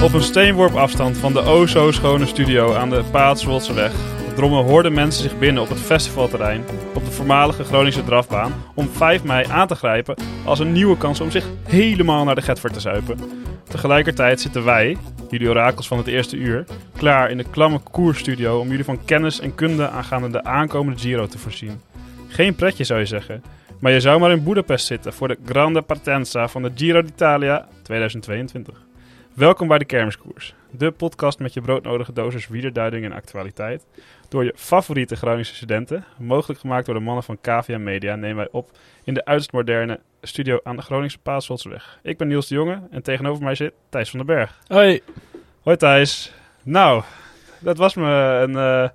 Op een steenworp afstand van de o zo schone studio aan de Paatswoldseweg drommen hoorden mensen zich binnen op het festivalterrein op de voormalige Groningse drafbaan om 5 mei aan te grijpen als een nieuwe kans om zich helemaal naar de Getver te zuipen. Tegelijkertijd zitten wij, jullie orakels van het eerste uur, klaar in de klamme koersstudio om jullie van kennis en kunde aangaande de aankomende Giro te voorzien. Geen pretje zou je zeggen, maar je zou maar in Boedapest zitten voor de Grande Partenza van de Giro d'Italia 2022. Welkom bij de Kermiskoers, de podcast met je broodnodige dosis wielerduiding en actualiteit. Door je favoriete Groningse studenten, mogelijk gemaakt door de mannen van KVM Media, nemen wij op in de uiterst moderne studio aan de Groningse Paatswoldseweg. Ik ben Niels de Jonge en tegenover mij zit Thijs van den Berg. Hoi. Hoi Thijs. Nou, dat was me een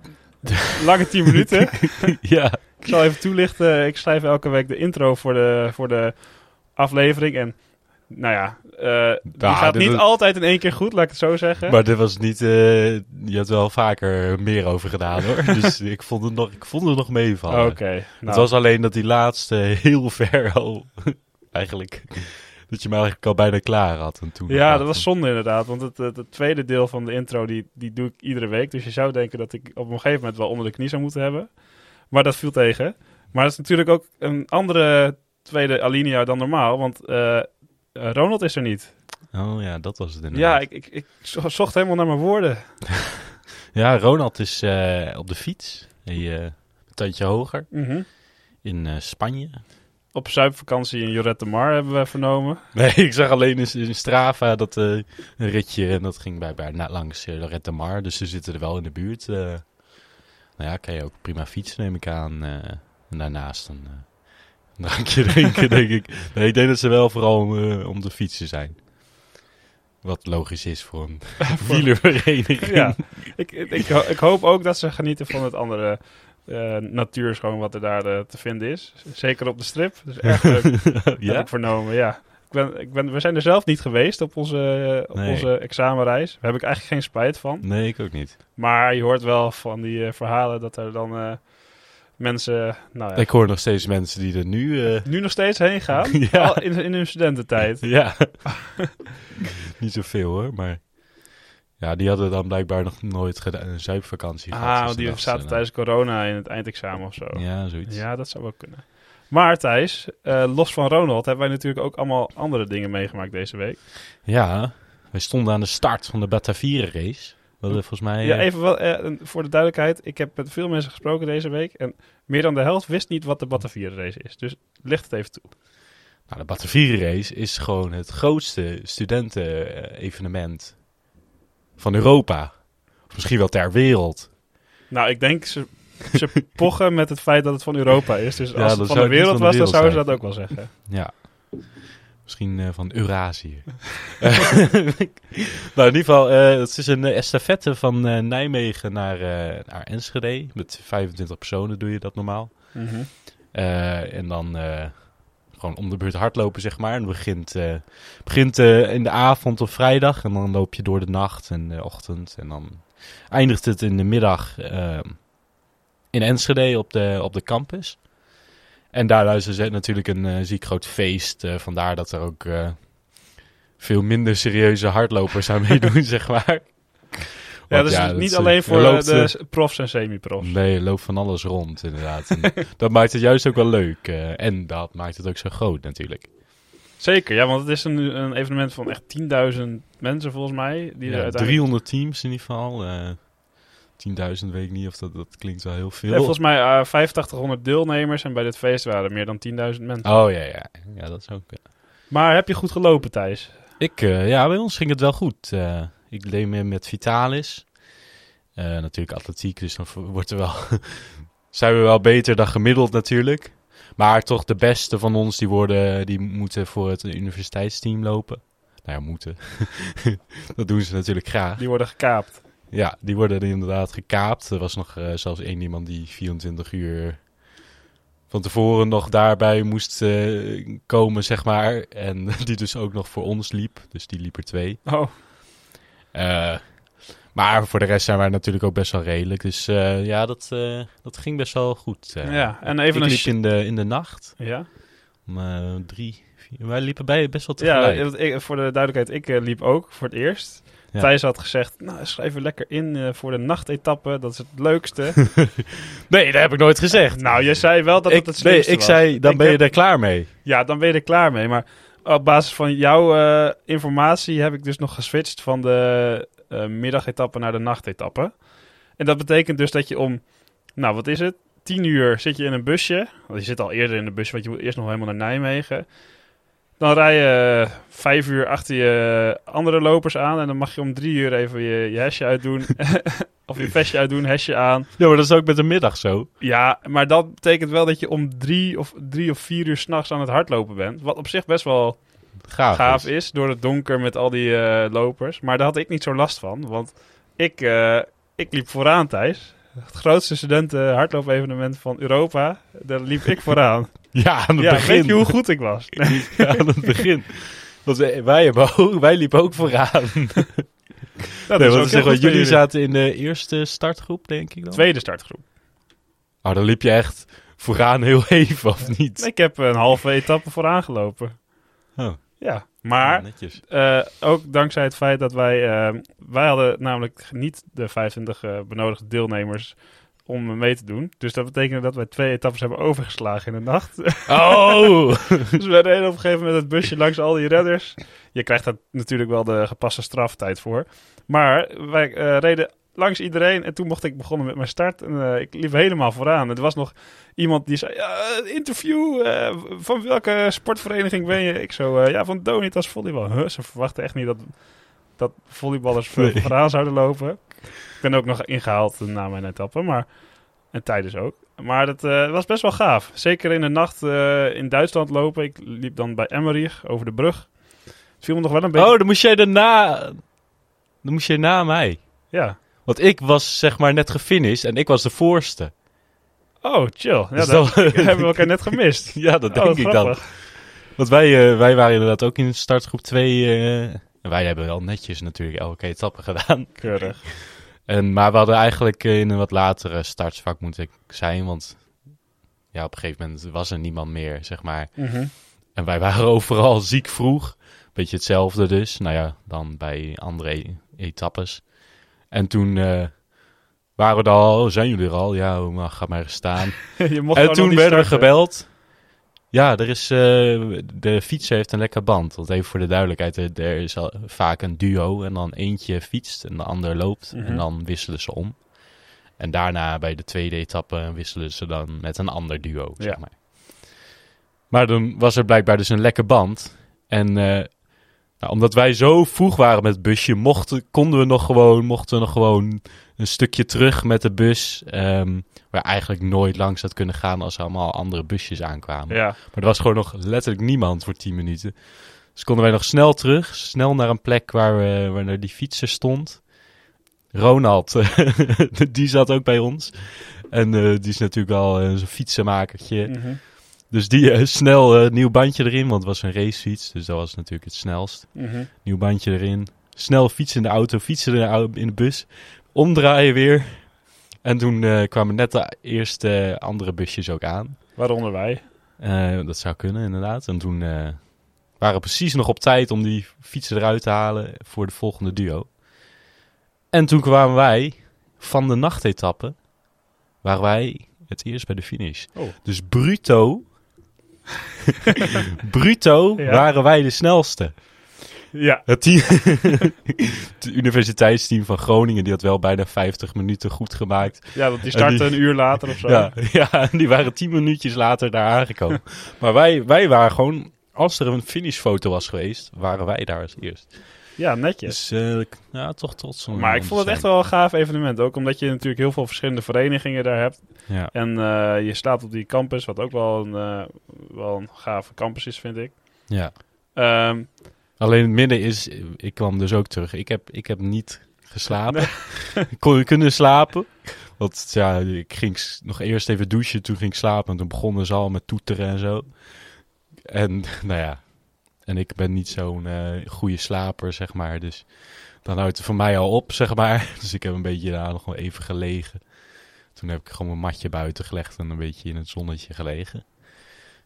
lange 10 minuten. Ja. Ik zal even toelichten. Ik schrijf elke week de intro voor de aflevering en nou ja, die gaat niet altijd in één keer goed, laat ik het zo zeggen. Maar dit was niet... je had wel vaker meer over gedaan, hoor. Dus ik vond het nog meevallen. Oké. Nou. Het was alleen dat die laatste heel ver al... eigenlijk... dat je hem eigenlijk al bijna klaar had. En toen ja, dat was zonde inderdaad. Want het tweede deel van de intro, die doe ik iedere week. Dus je zou denken dat ik op een gegeven moment wel onder de knie zou moeten hebben. Maar dat viel tegen. Maar dat is natuurlijk ook een andere tweede alinea dan normaal. Want... Ronald is er niet. Oh ja, dat was het inderdaad. Ja, ik zocht helemaal naar mijn woorden. Ja, Ronald is op de fiets. Een tandje hoger. Mm-hmm. In Spanje. Op zuipvakantie in Lloret de Mar hebben we vernomen. Nee, ik zag alleen in Strava dat een ritje en dat ging bij langs Lloret de Mar. Dus ze zitten er wel in de buurt. Nou ja, kan je ook prima fietsen, neem ik aan. En daarnaast een drankje drinken, denk ik. Nee, ik denk dat ze wel vooral om de fietsen zijn. Wat logisch is voor een wielervereniging. Ja, ik hoop ook dat ze genieten van het andere natuurschoon wat er daar te vinden is. Zeker op de strip. Dat is erg leuk. Ja? Heb ik vernomen, ja. We zijn er zelf niet geweest op onze examenreis. Daar heb ik eigenlijk geen spijt van. Nee, ik ook niet. Maar je hoort wel van die verhalen dat er dan... mensen, nou ja. Ik hoor nog steeds mensen die er nu nog steeds heen gaan? Ja. Al in hun studententijd. Ja. Niet zoveel hoor, maar... Ja, die hadden dan blijkbaar nog nooit gedaan, een zuipvakantie gehad. Dus die zaten tijdens corona in het eindexamen of zo. Ja, zoiets. Ja, dat zou wel kunnen. Maar Thijs, los van Ronald hebben wij natuurlijk ook allemaal andere dingen meegemaakt deze week. Ja, wij stonden aan de start van de Batavieren race. Volgens mij... Ja, even wel, voor de duidelijkheid. Ik heb met veel mensen gesproken deze week. En meer dan de helft wist niet wat de Batavieren race is. Dus licht het even toe. Nou, de Batavieren race is gewoon het grootste studenten-evenement van Europa. Of misschien wel ter wereld. Nou, ik denk ze pochen met het feit dat het van Europa is. Dus als het van de wereld was, dan zouden ze dat ook wel zeggen. Ja. Misschien van Eurasië. Nou, in ieder geval, het is een estafette van Nijmegen naar Enschede. Met 25 personen doe je dat normaal. Mm-hmm. En dan gewoon om de beurt hardlopen, zeg maar. En het begint in de avond op vrijdag. En dan loop je door de nacht en de ochtend. En dan eindigt het in de middag in Enschede op de campus. En daar is het natuurlijk een ziek groot feest. Vandaar dat er ook veel minder serieuze hardlopers aan meedoen, zeg maar. Ja, dus niet alleen voor de profs en semi-profs. Nee, je loopt van alles rond, inderdaad. En dat maakt het juist ook wel leuk. En dat maakt het ook zo groot, natuurlijk. Zeker, ja, want het is een evenement van echt 10.000 mensen, volgens mij. Die ja, 300 teams in ieder geval. 10.000 weet ik niet of dat klinkt wel heel veel. Ja, volgens mij 8500 deelnemers en bij dit feest waren er meer dan 10.000 mensen. Oh ja, dat is ook. Maar heb je goed gelopen, Thijs? Ja, bij ons ging het wel goed. Ik deed mee met Vitalis. Natuurlijk atletiek, dus dan zijn we wel beter dan gemiddeld natuurlijk. Maar toch de beste van ons, die moeten voor het universiteitsteam lopen. Nou ja, moeten. Dat doen ze natuurlijk graag. Die worden gekaapt. Ja, die worden inderdaad gekaapt. Er was nog zelfs één iemand die 24 uur van tevoren nog daarbij moest komen, zeg maar. En die dus ook nog voor ons liep. Dus die liep er 2. Oh. Maar voor de rest zijn wij natuurlijk ook best wel redelijk. Dus dat ging best wel goed. Ja, en even ik liep in de nacht. Ja. Om 3, 4. Wij liepen best wel tegelijk. Ja, voor de duidelijkheid, ik liep ook voor het eerst. Ja. Thijs had gezegd, nou, schrijf er lekker in voor de nachtetappe. Dat is het leukste. Nee, dat heb ik nooit gezegd. Nou, jij zei wel dat het slimste ik was. zei, dan ben je er klaar mee. Ja, dan ben je er klaar mee. Maar op basis van jouw informatie heb ik dus nog geswitcht van de middagetappe naar de nachtetappe. En dat betekent dus dat je om, nou wat is het, 10 uur zit je in een busje. Want je zit al eerder in een busje, want je moet eerst nog helemaal naar Nijmegen. Dan rij je 5 uur achter je andere lopers aan. En dan mag je om 3 uur even je hesje uitdoen. Of je vestje uitdoen, hesje aan. Ja, maar dat is ook met de middag zo. Ja, maar dat betekent wel dat je om 3 of 4 uur 's nachts aan het hardlopen bent. Wat op zich best wel gaaf is. Door het donker met al die lopers. Maar daar had ik niet zo last van. Want ik liep vooraan, Thijs. Het grootste studenten hardloopevenement van Europa. Daar liep ik vooraan. Ja, aan het Ja, begin. weet je hoe goed ik was? Nee. Ja, aan het begin. Want wij liepen ook vooraan. Dat Nee, is want ook zeg heel maar, goed van jullie zaten in de eerste startgroep, denk ik dan? Tweede startgroep. Oh, dan liep je echt vooraan heel even, of niet? Ik heb een halve etappe vooraan gelopen. Oh, Ja, maar netjes. ook dankzij het feit dat wij hadden namelijk niet de 25 benodigde deelnemers om mee te doen. Dus dat betekende dat wij 2 etappes hebben overgeslagen in de nacht. Oh! Dus we reden op een gegeven moment het busje langs al die redders. Je krijgt daar natuurlijk wel de gepaste straftijd voor. Maar wij reden langs iedereen en toen mocht ik begonnen met mijn start. En ik liep helemaal vooraan. Er was nog iemand die zei, interview, van welke sportvereniging ben je? Ik zo, van Donitas Volleybal. Ze verwachten echt niet dat volleyballers vooraan zouden lopen. Ik ben ook nog ingehaald na mijn etappe, maar en tijdens ook. Maar dat was best wel gaaf. Zeker in de nacht in Duitsland lopen. Ik liep dan bij Emmerich over de brug. Het viel me nog wel een beetje... Oh, dan moest jij na mij. Ja. Want ik was zeg maar net gefinished en ik was de voorste. Oh, chill. Ja, Dus dan dan- hebben we elkaar net gemist. Ja, dat Oh, denk ik dan. grappig. Want wij waren inderdaad ook in startgroep 2. En wij hebben wel netjes natuurlijk elke etappe gedaan. Keurig. Maar we hadden eigenlijk in een wat latere startvak moeten zijn. Want ja, op een gegeven moment was er niemand meer, zeg maar. Mhm. En wij waren overal ziek vroeg. Beetje hetzelfde dus. Nou ja, dan bij andere etappes. En toen waren we er al. Zijn jullie er al? Ja, maar ga maar eens staan. Je mocht En gewoon nog toen niet werden we starten. gebeld. Ja, er is, de fietser heeft een lekker band. Want even voor de duidelijkheid, er is al vaak een duo. En dan eentje fietst en de ander loopt. Mhm. En dan wisselen ze om. En daarna bij de tweede etappe wisselen ze dan met een ander duo, zeg Ja. maar. Maar dan was er blijkbaar dus een lekker band. En omdat wij zo vroeg waren met het busje, mochten we nog gewoon een stukje terug met de bus. Waar eigenlijk nooit langs had kunnen gaan als er allemaal andere busjes aankwamen. Ja. Maar er was gewoon nog letterlijk niemand voor 10 minuten. Dus konden wij nog snel terug. Snel naar een plek waar die fietser stond. Ronald, die zat ook bij ons. En die is natuurlijk al zo'n fietsenmakertje. Mhm. Dus die snel nieuw bandje erin, want het was een racefiets. Dus dat was natuurlijk het snelst. Mhm. Nieuw bandje erin. Snel fietsen in de auto, fietsen in de bus. Omdraaien weer. En toen kwamen net de eerste andere busjes ook aan. Waaronder wij. Dat zou kunnen, inderdaad. En toen waren we precies nog op tijd om die fietsen eruit te halen voor de volgende duo. En toen kwamen wij van de nachtetappe, waren wij het eerst bij de finish. Oh. Dus bruto Ja. waren wij de snelste. Ja. Het team, het universiteitsteam van Groningen, die had wel bijna 50 minuten goed gemaakt. Ja, want die startte En die- een uur later of zo. Ja, en die waren 10 minuutjes later daar aangekomen. Maar wij waren gewoon, als er een finishfoto was geweest, waren wij daar als eerst. Ja, netjes. Dus ja, toch trots. om- Maar ik om vond te het echt zijn. wel een gaaf evenement. Ook omdat je natuurlijk heel veel verschillende verenigingen daar hebt. Ja. En je staat op die campus, wat ook wel een gave campus is, vind ik. Ja. Ehm, Alleen het midden is, ik kwam dus ook terug. Ik heb niet geslapen. Ik kon kunnen slapen. Want ja, ik ging nog eerst even douchen, toen ging ik slapen. En toen begonnen ze al met toeteren en zo. En nou ja, en ik ben niet zo'n goede slaper, zeg maar. Dus dan houdt het voor mij al op, zeg maar. Dus ik heb een beetje daar nog wel even gelegen. Toen heb ik gewoon mijn matje buiten gelegd en een beetje in het zonnetje gelegen.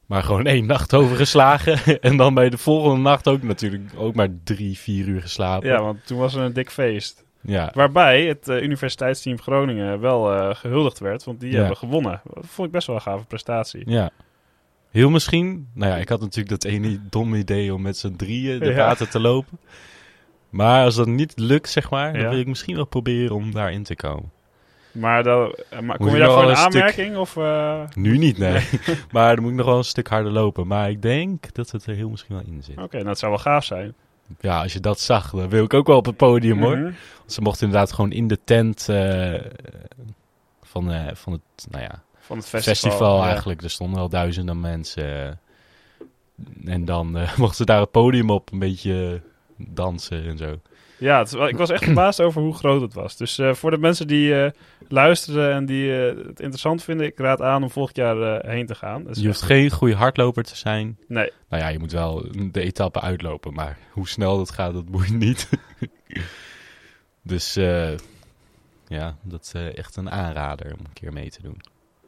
Maar gewoon 1 nacht overgeslagen. En dan bij de volgende nacht ook natuurlijk ook maar 3-4 uur geslapen. Ja, want toen was er een dik feest. Ja. Waarbij het Universiteitsteam Groningen wel gehuldigd werd. Want die hebben gewonnen. Dat vond ik best wel een gave prestatie. Ja. Heel misschien. Nou ja, ik had natuurlijk dat ene domme idee om met z'n drieën de water te lopen. Maar als dat niet lukt, zeg maar, dan wil ik misschien wel proberen om daarin te komen. Maar kom je daarvoor in aanmerking? Of, Nu niet, nee. Maar dan moet ik nog wel een stuk harder lopen. Maar ik denk dat het er heel misschien wel in zit. Oké, nou, het zou wel gaaf zijn. Ja, als je dat zag, dan wil ik ook wel op het podium, hoor. Want ze mochten inderdaad gewoon in de tent van het, nou ja... Van het festival eigenlijk. Er stonden wel duizenden mensen. En dan mochten ze daar het podium op een beetje dansen en zo. Ja, ik was echt verbaasd over hoe groot het was. Dus voor de mensen die luisteren en die het interessant vinden, ik raad aan om volgend jaar heen te gaan. Dus je hoeft geen goede hardloper te zijn. Nee. Nou ja, je moet wel de etappe uitlopen, maar hoe snel dat gaat, dat boeit niet. Dus ja, dat is echt een aanrader om een keer mee te doen.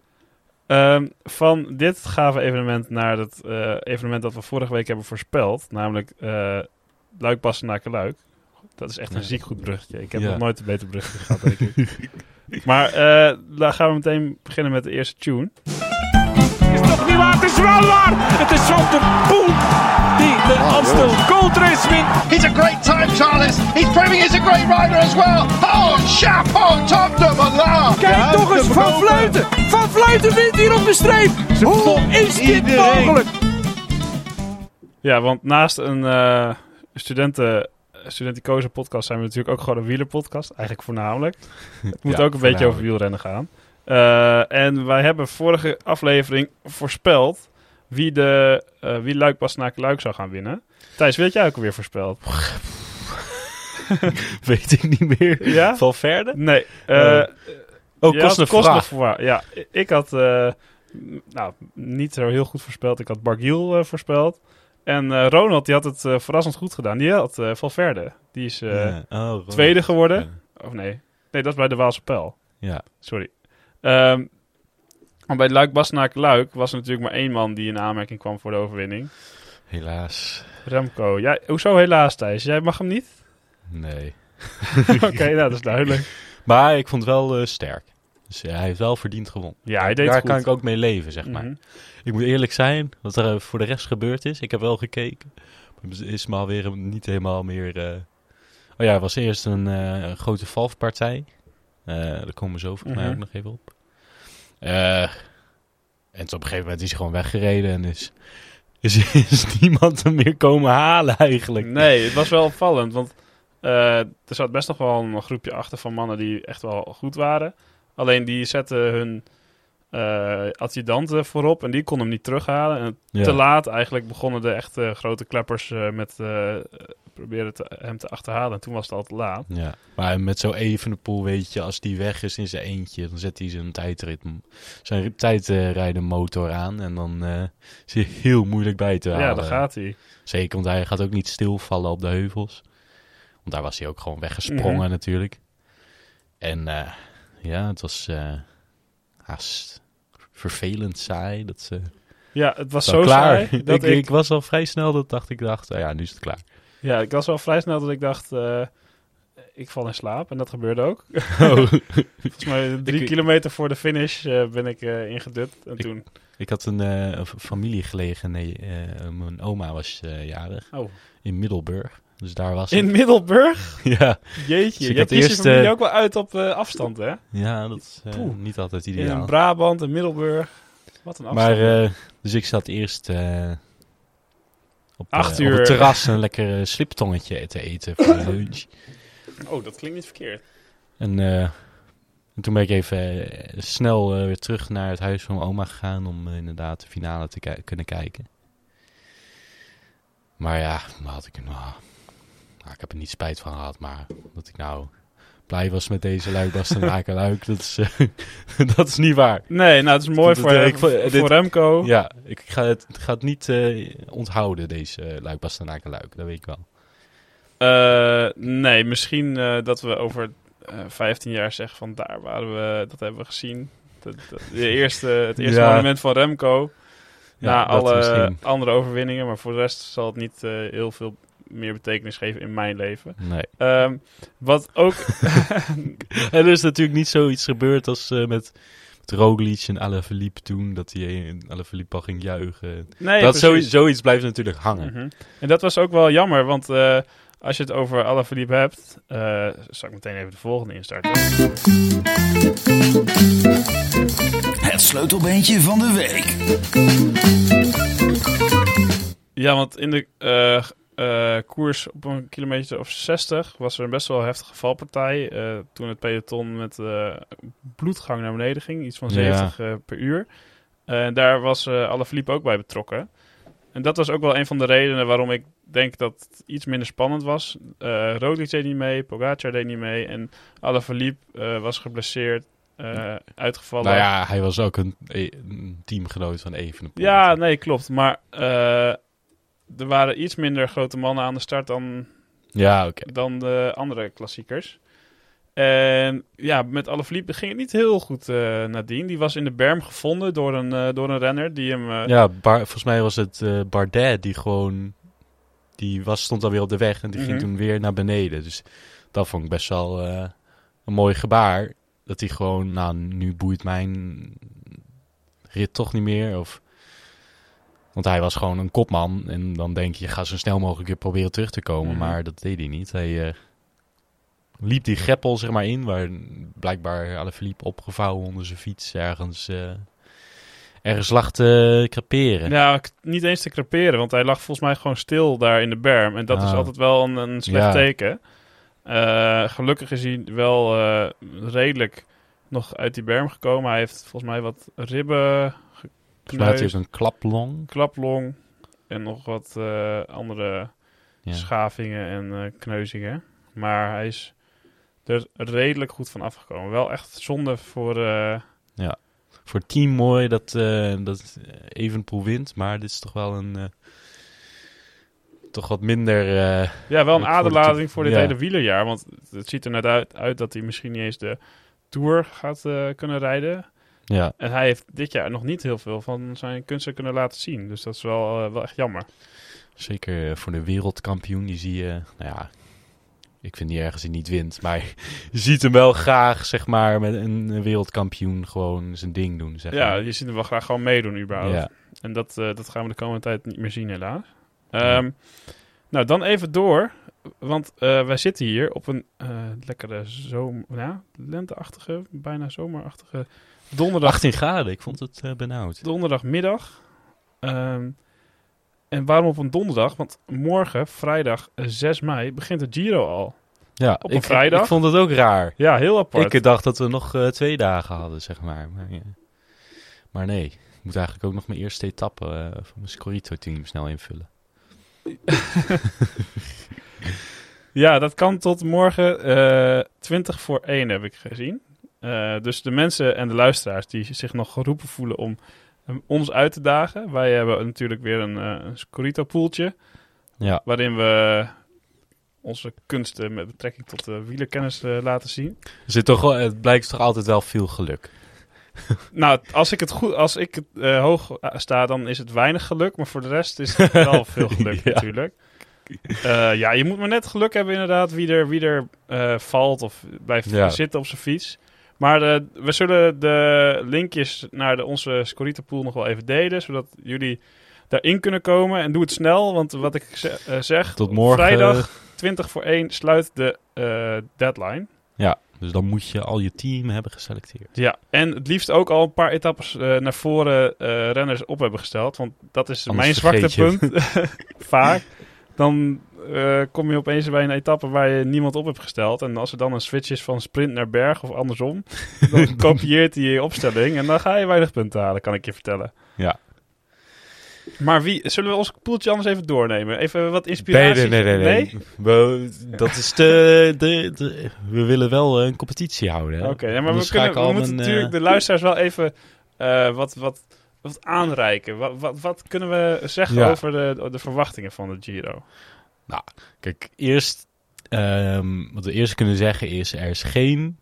Van dit gave evenement naar het evenement dat we vorige week hebben voorspeld, namelijk Luik-Bastenaken-Luik. Dat is echt een ziek goed bruggetje. Ik heb nog nooit een beter bruggetje gehad, denk ik. Maar dan gaan we meteen beginnen met de eerste tune. Is toch niet waar? Het is wel waar! Het is Van der Poel die de Amstel Gold Race wint. He's a great time, Charles. He's proving he's a great rider as well. Oh, chapeau, top de Malard. Kijk toch eens, Van Vleuten. Van Vleuten wint hier op de streep. Hoe is dit mogelijk? Ja, want naast een studenticoze podcast zijn we natuurlijk ook gewoon een wielerpodcast. Eigenlijk voornamelijk. Het moet ook een beetje over wielrennen gaan. En wij hebben vorige aflevering voorspeld wie Luik-Bastenaken-Luik zou gaan winnen. Thijs, wie had jij ook alweer voorspeld? Weet ik niet meer. Ja? Valverde? Nee. Cosnefroid. Ja, ik had niet zo heel goed voorspeld. Ik had Barguil voorspeld. En Ronald, die had het verrassend goed gedaan. Die had Valverde. Die is tweede geworden. Ja. Of nee, dat is bij de Waalse Pijl. Ja. Sorry. Maar bij Luik-Bastenaken-Luik was er natuurlijk maar 1 man die in aanmerking kwam voor de overwinning. Helaas. Remco. Ja, hoezo helaas, Thijs? Jij mag hem niet? Nee. Oké, nou, dat is duidelijk. Maar ik vond het wel sterk. Dus hij heeft wel verdiend gewonnen. Ja, hij deed Daar het goed. kan ik ook mee leven, zeg maar. Ik moet eerlijk zijn, wat er voor de rest gebeurd is. Ik heb wel gekeken. Het is me alweer niet helemaal meer... Oh ja, het was eerst een grote valpartij. Daar komen we zo volgens mij ook nog even op. En toen op een gegeven moment is hij gewoon weggereden en is niemand hem meer komen halen eigenlijk. Nee, het was wel opvallend, want er zat best nog wel een groepje achter van mannen die echt wel goed waren. Alleen die zetten hun adjudanten voorop en die konden hem niet terughalen. En te laat eigenlijk begonnen de echte grote kleppers met proberen hem te achterhalen. En toen was het al te laat. Ja, maar met zo'n Evenepoel weet je, als die weg is in zijn eentje, dan zet hij zijn tijdrijden motor aan en dan is hij heel moeilijk bij te halen. Ja, daar gaat hij. Zeker, want hij gaat ook niet stilvallen op de heuvels. Want daar was hij ook gewoon weggesprongen natuurlijk. En het was haast vervelend saai. Ja, het was zo klaar. saai. Dat ik was al vrij snel dat ik dacht, nu is het klaar. Ja, ik was wel vrij snel dat ik dacht, ik val in slaap. En dat gebeurde ook. Volgens mij 3 kilometer voor de finish ben ik ingedut. En toen... Ik had een familiegelegenheid. Mijn oma was jarig in Middelburg. Dus daar was in Middelburg? Ja. Jeetje, dus je kiest je familie ook wel uit op afstand, hè? Ja, dat is niet altijd ideaal. In Brabant en Middelburg. Wat een afstand. Maar, dus ik zat eerst op 8 uur op het terras een lekker sliptongetje te eten voor de lunch. Oh, dat klinkt niet verkeerd. En toen ben ik even snel weer terug naar het huis van mijn oma gegaan om inderdaad de finale te kunnen kijken. Maar ja, dan had ik ik heb er niet spijt van gehad, maar dat ik blij was met deze Luik-Bastenaken-Luik, dat is niet waar. Nee, het is mooi voor Remco. Ja, ik ga het niet onthouden, deze Luik-Bastenaken-Luik, dat weet ik wel. Nee, misschien dat we over 15 jaar zeggen van dat hebben we gezien. Het eerste monument van Remco. Na dat alle misschien. andere overwinningen. Maar voor de rest zal het niet heel veel meer betekenis geven in mijn leven. Nee. Wat ook... En er is natuurlijk niet zoiets gebeurd als met Roglic en Alaphilippe toen. Dat Alaphilippe al ging juichen. Nee, dat precies. zoiets blijft natuurlijk hangen. Mhm. En dat was ook wel jammer, want als je het over Alaphilippe hebt... zal ik meteen even de volgende instarten. Het sleutelbeentje van de week. Ja, want in de koers op een kilometer of 60 was er een best wel heftige valpartij. Toen het peloton met bloedgang naar beneden ging. Iets van 70 per uur. En daar was Alaphilippe ook bij betrokken. En dat was ook wel een van de redenen waarom ik denk dat het iets minder spannend was. Roglic deed niet mee, Pogacar deed niet mee. En Alaphilippe was geblesseerd, uitgevallen. Nou ja, hij was ook een teamgenoot van Evenepoel. Ja, nee, klopt. Maar er waren iets minder grote mannen aan de start dan de andere klassiekers. En ja, met Alaphilippe ging het niet heel goed nadien. Die was in de berm gevonden door een renner die hem... volgens mij was het Bardet die stond alweer op de weg en die ging toen weer naar beneden. Dus dat vond ik best wel een mooi gebaar. Dat hij gewoon, nu boeit mijn rit toch niet meer. Want hij was gewoon een kopman. En dan denk je, ga zo snel mogelijk weer proberen terug te komen. Maar dat deed hij niet. Hij liep die greppel zeg maar in, waar blijkbaar Alaphilippe opgevouwen onder zijn fiets ergens lag te creperen. Ja, niet eens te creperen, want hij lag volgens mij gewoon stil daar in de berm. En dat is altijd wel een slecht teken. Gelukkig is hij wel redelijk nog uit die berm gekomen. Hij heeft volgens mij wat ribben Volgens mij had hij ook een klaplong en nog wat andere schavingen en kneuzingen. Maar hij is er redelijk goed van afgekomen. Wel echt zonde voor... Voor het team mooi dat Evenepoel wint, maar dit is toch wel toch wat minder... wel een aderlating voor dit hele wielerjaar. Want het ziet er net uit dat hij misschien niet eens de Tour gaat kunnen rijden. Ja. En hij heeft dit jaar nog niet heel veel van zijn kunsten kunnen laten zien. Dus dat is wel echt jammer. Zeker voor de wereldkampioen. Die zie je... ik vind niet ergens hij niet wint. Maar je ziet hem wel graag, zeg maar, met een wereldkampioen gewoon zijn ding doen. Zeg maar. Ja, je ziet hem wel graag gewoon meedoen überhaupt. Ja. En dat gaan we de komende tijd niet meer zien, helaas. Nou, dan even door. Want wij zitten hier op een lekkere lenteachtige, bijna zomerachtige donderdag. 18 graden, ik vond het benauwd. Donderdagmiddag. En waarom op een donderdag? Want morgen, vrijdag 6 mei, begint de Giro al. Ja, op een vrijdag. Ik vond het ook raar. Ja, heel apart. Ik dacht dat we nog 2 dagen hadden, zeg maar. Maar nee, ik moet eigenlijk ook nog mijn eerste etappe van mijn Scorito-team snel invullen. Ja, dat kan tot morgen 20 voor 1 heb ik gezien. Dus de mensen en de luisteraars die zich nog geroepen voelen om ons uit te dagen. Wij hebben natuurlijk weer een Scorito-poeltje. Ja. Waarin we onze kunsten met betrekking tot wielerkennis laten zien. Het blijkt toch altijd wel veel geluk. Nou, als ik het hoog sta, dan is het weinig geluk. Maar voor de rest is het wel veel geluk natuurlijk. Je moet maar net geluk hebben inderdaad wie er valt of blijft zitten op zijn fiets. Maar we zullen de linkjes naar onze Scorito-pool nog wel even delen, zodat jullie daarin kunnen komen. En doe het snel, want wat ik zeg, tot morgen, vrijdag 20 voor 1 sluit de deadline. Ja, dus dan moet je al je team hebben geselecteerd. Ja, en het liefst ook al een paar etappes naar voren renners op hebben gesteld. Want dat is mijn zwaktepunt. Vaak. Dan kom je opeens bij een etappe waar je niemand op hebt gesteld. En als er dan een switch is van sprint naar berg of andersom, dan kopieert hij je opstelling. En dan ga je weinig punten halen, kan ik je vertellen. Ja. Maar zullen we ons poeltje anders even doornemen? Even wat inspiratie? Nee? Dat is we willen wel een competitie houden. Oké, maar we moeten natuurlijk de luisteraars wel even wat aanreiken. Wat kunnen we zeggen over de verwachtingen van de Giro? Nou, kijk, eerst wat we eerst kunnen zeggen is, er is geen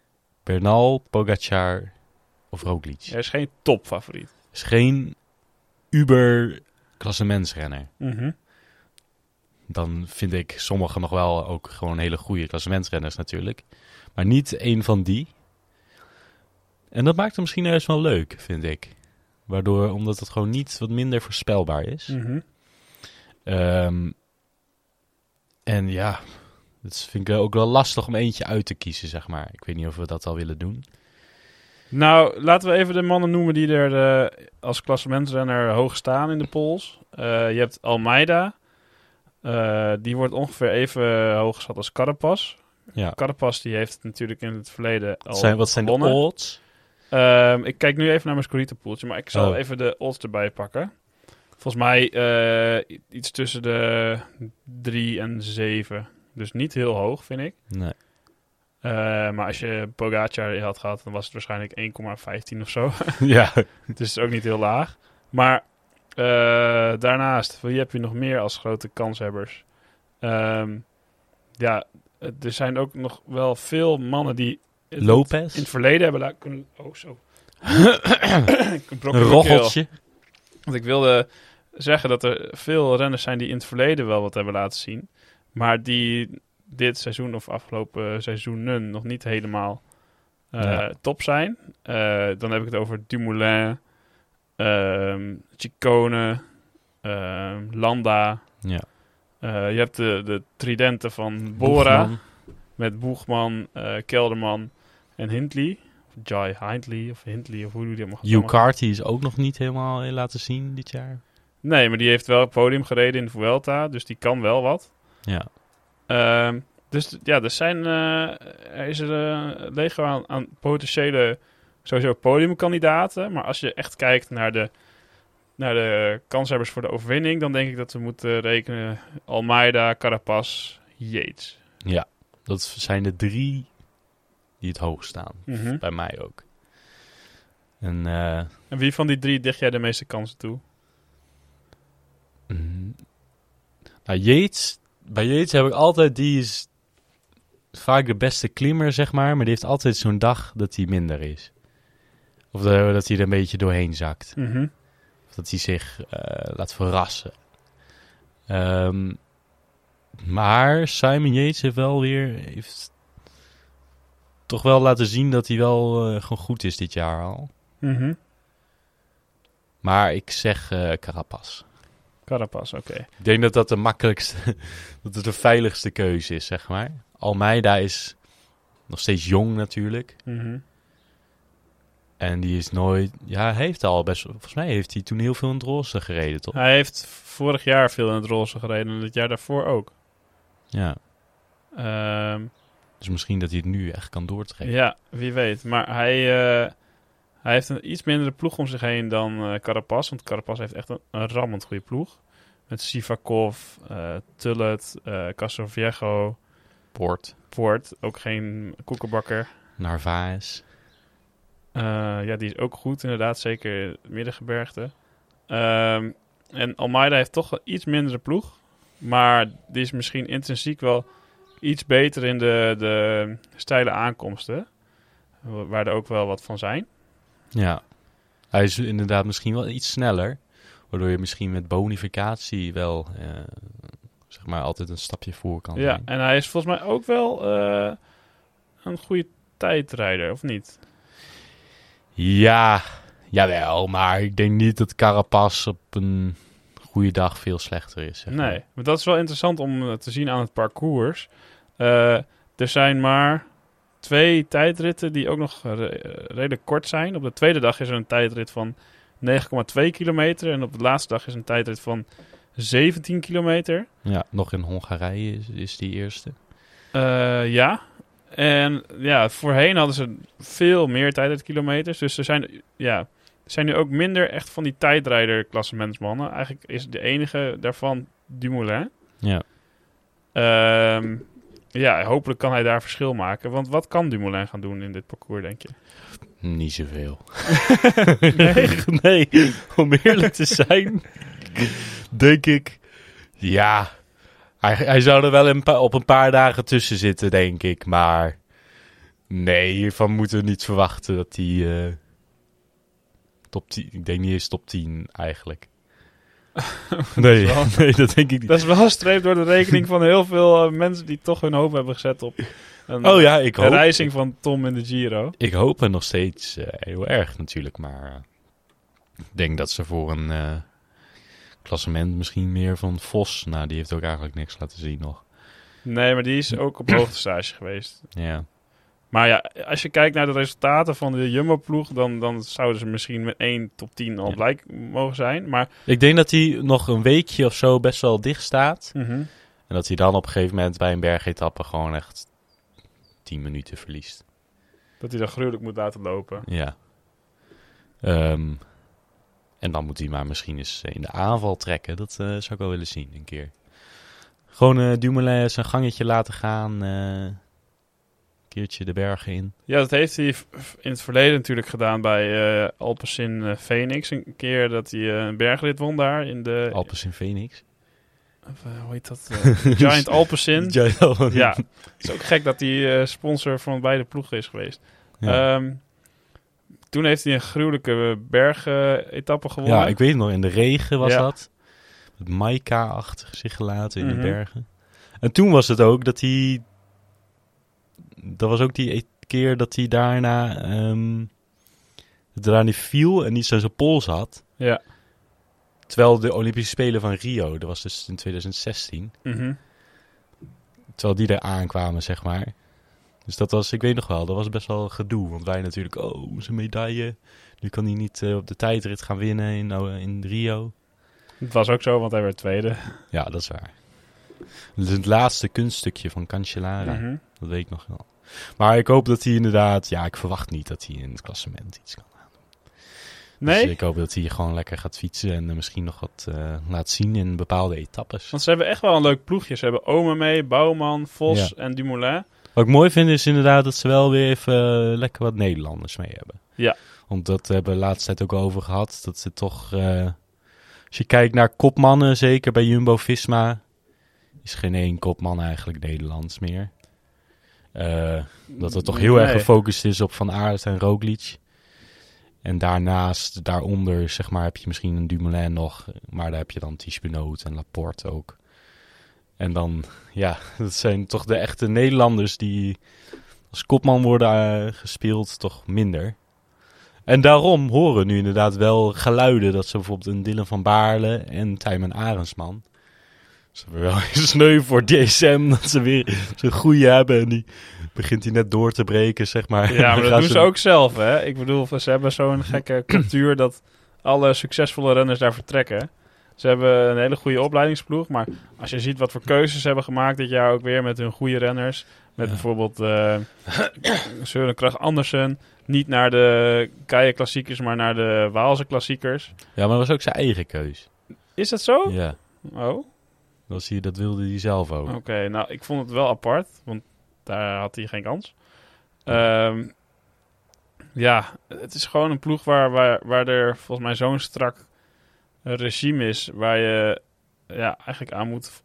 Bernal, Pogacar of Roglic. Er is geen topfavoriet. Er is geen uber-klassementsrenner. Mhm. Dan vind ik sommigen nog wel ook gewoon hele goede klassementsrenners natuurlijk. Maar niet één van die. En dat maakt hem misschien juist wel leuk, vind ik. Waardoor, omdat het gewoon niet wat minder voorspelbaar is. Mhm. En ja, dat vind ik ook wel lastig om eentje uit te kiezen, zeg maar. Ik weet niet of we dat al willen doen. Nou, laten we even de mannen noemen die er als klassementsrenner hoog staan in de polls. Je hebt Almeida. Die wordt ongeveer even hoog geschat als Carapaz. Ja. Carapaz die heeft het natuurlijk in het verleden al Wat zijn de gewonnen. odds? Ik kijk nu even naar mijn Scorito-poeltje, maar ik zal even de odds erbij pakken. Volgens mij iets tussen de 3 en 7. Dus niet heel hoog, vind ik. Nee. Maar als je Pogacar had gehad, dan was het waarschijnlijk 1,15 of zo. Ja. Het is ook niet heel laag. Maar daarnaast, wie heb je nog meer als grote kanshebbers? Ja, er zijn ook nog wel veel mannen die Lopez? in het verleden hebben kunnen... Oh, zo. Een rocheltje. Want ik wilde zeggen dat er veel renners zijn die in het verleden wel wat hebben laten zien. Maar die dit seizoen of afgelopen seizoenen nog niet helemaal top zijn. Dan heb ik het over Dumoulin, Ciccone, Landa. Ja. Je hebt de tridenten van Bora. Boegman. Met Boegman, Kelderman en Hindley. Jai Hindley of Hindley of hoe doe je dat mag. Hugh Carty is ook nog niet helemaal laten zien dit jaar. Nee, maar die heeft wel het podium gereden in de Vuelta. Dus die kan wel wat. Ja. Dus ja, er is een legio aan potentiële sowieso podiumkandidaten. Maar als je echt kijkt naar de kanshebbers voor de overwinning, dan denk ik dat we moeten rekenen Almeida, Carapaz, Yates. Ja, dat zijn de 3 die het hoog staan. Mhm. Bij mij ook. En En wie van die 3 dicht jij de meeste kansen toe? nou, Yates, bij Yates heb ik altijd, die is vaak de beste klimmer, zeg maar die heeft altijd zo'n dag dat hij minder is. Of dat hij er een beetje doorheen zakt. Mhm. Of dat hij zich laat verrassen. Maar Simon Yates heeft toch wel laten zien dat hij wel gewoon goed is dit jaar al. Mhm. Maar ik zeg Carapaz. Carapaz, oké. Ik denk dat dat de makkelijkste, dat het de veiligste keuze is, zeg maar. Almeida is nog steeds jong natuurlijk. Mhm. En die is nooit... Ja, hij heeft al best... Volgens mij heeft hij toen heel veel in het roze gereden, toch? Hij heeft vorig jaar veel in het roze gereden en het jaar daarvoor ook. Ja. Ehm, Dus misschien dat hij het nu echt kan doortrekken. ja, wie weet. Maar hij heeft een iets mindere ploeg om zich heen dan Carapaz. Want Carapaz heeft echt een rammend goede ploeg. Met Sivakov, Tullet, Castroviejo, Poort. Ook geen koekenbakker. Narvaez. Ja, die is ook goed inderdaad. Zeker het middengebergte. En Almeida heeft toch wel iets mindere ploeg. Maar die is misschien intrinsiek wel iets beter in de steile aankomsten. Waar er ook wel wat van zijn. Ja. Hij is inderdaad misschien wel iets sneller. Waardoor je misschien met bonificatie wel... zeg maar altijd een stapje voor kan Ja, zijn. en hij is volgens mij ook wel een goede tijdrijder, of niet? Ja, jawel. Maar ik denk niet dat Carapaz op een goede dag veel slechter is. Zeg maar. Nee, maar dat is wel interessant om te zien aan het parcours. Er zijn maar 2 tijdritten die ook nog redelijk kort zijn. Op de tweede dag is er een tijdrit van 9,2 kilometer. En op de laatste dag is een tijdrit van 17 kilometer. Ja, nog in Hongarije is die eerste. Ja. En ja, voorheen hadden ze veel meer tijdritkilometers. Dus er zijn nu ook minder echt van die tijdrijder-klassementsmannen. Eigenlijk is de enige daarvan Dumoulin. Ja. Ja, hopelijk kan hij daar verschil maken. Want wat kan Dumoulin gaan doen in dit parcours, denk je? Niet zoveel. Nee? Nee, om eerlijk te zijn, denk ik... Ja, hij zou er wel op een paar dagen tussen zitten, denk ik. Maar nee, hiervan moeten we niet verwachten dat hij top 10... Ik denk niet eens top 10, eigenlijk. Nee, dat denk ik niet. Dat is wel een streep door de rekening van heel veel mensen die toch hun hoop hebben gezet op een Ik hoop. reizing van Tom in de Giro. Ik hoop het nog steeds heel erg natuurlijk, maar ik denk dat ze voor een klassement misschien meer van Vos. Nou, die heeft ook eigenlijk niks laten zien nog. Nee, maar die is ook op hoogtestage geweest. Ja. Maar ja, als je kijkt naar de resultaten van de Jumbo-ploeg, dan zouden ze misschien met 1 top 10 al blij mogen zijn. Maar Ik denk dat hij nog een weekje of zo best wel dicht staat. mhm. En dat hij dan op een gegeven moment bij een bergetappe gewoon echt 10 minuten verliest. Dat hij dan gruwelijk moet laten lopen. Ja. En dan moet hij maar misschien eens in de aanval trekken. Dat zou ik wel willen zien, een keer. Gewoon Dumoulin zijn gangetje laten gaan. Een keertje de bergen in. Ja, dat heeft hij in het verleden natuurlijk gedaan bij Alpecin Phoenix. Een keer dat hij een bergrit won daar in de... Alpecin Phoenix. hoe heet dat? Giant Alpecin. Ja, het is ook gek dat hij sponsor van beide ploegen is geweest. Ja. Toen heeft hij een gruwelijke bergetappe gewonnen. Ja, ik weet het nog. In de regen was Ja. dat. Met Maika-achtig zich gelaten in Mhm. de bergen. En toen was het ook dat hij... Dat was ook die keer dat hij daarna niet viel en niet zo zijn pols had. Ja. Terwijl de Olympische Spelen van Rio, dat was dus in 2016. Mhm. Terwijl die er aankwamen, zeg maar. Dus dat was, ik weet nog wel, dat was best wel gedoe. Want wij natuurlijk, zijn medaille. Nu kan hij niet op de tijdrit gaan winnen in Rio. Het was ook zo, want hij werd tweede. Ja, dat is waar. Dat is het laatste kunststukje van Cancellara. Mhm. Dat weet ik nog wel. Maar ik hoop dat hij inderdaad... Ja, ik verwacht niet dat hij in het klassement iets kan aandoen. Nee? Dus ik hoop dat hij gewoon lekker gaat fietsen en misschien nog wat laat zien in bepaalde etappes. Want ze hebben echt wel een leuk ploegje. Ze hebben Ome mee, Bouwman, Vos en Dumoulin. Wat ik mooi vind is inderdaad dat ze wel weer even lekker wat Nederlanders mee hebben. Ja. Want dat hebben we de laatste tijd ook over gehad. Dat ze toch... als je kijkt naar kopmannen, zeker bij Jumbo-Visma... is geen één kopman eigenlijk Nederlands meer. Dat het toch heel erg gefocust is op Van Aert en Roglic. En daaronder, zeg maar, heb je misschien een Dumoulin nog. Maar daar heb je dan Tiesj Benoot en Laporte ook. En dan, ja, dat zijn toch de echte Nederlanders die als kopman worden gespeeld, toch minder. En daarom horen nu inderdaad wel geluiden dat ze bijvoorbeeld een Dylan van Baarle en Tijmen Arendsman... Ze hebben wel sneu voor DSM dat ze weer zo'n goeie hebben en die begint hij net door te breken, zeg maar. Ja, maar dat doen ze ook zelf, hè. Ik bedoel, ze hebben zo'n gekke cultuur dat alle succesvolle renners daar vertrekken. Ze hebben een hele goede opleidingsploeg, maar als je ziet wat voor keuzes ze hebben gemaakt dit jaar ook weer met hun goede renners. Met bijvoorbeeld Søren Kragh Andersen. Niet naar de Keien-klassiekers, maar naar de Waalse klassiekers. Ja, maar dat was ook zijn eigen keus. Is dat zo? Ja, Oh, dat wilde hij zelf ook. oké. Nou, ik vond het wel apart, want daar had hij geen kans. Ja, het is gewoon een ploeg waar er volgens mij zo'n strak regime is, waar je eigenlijk aan moet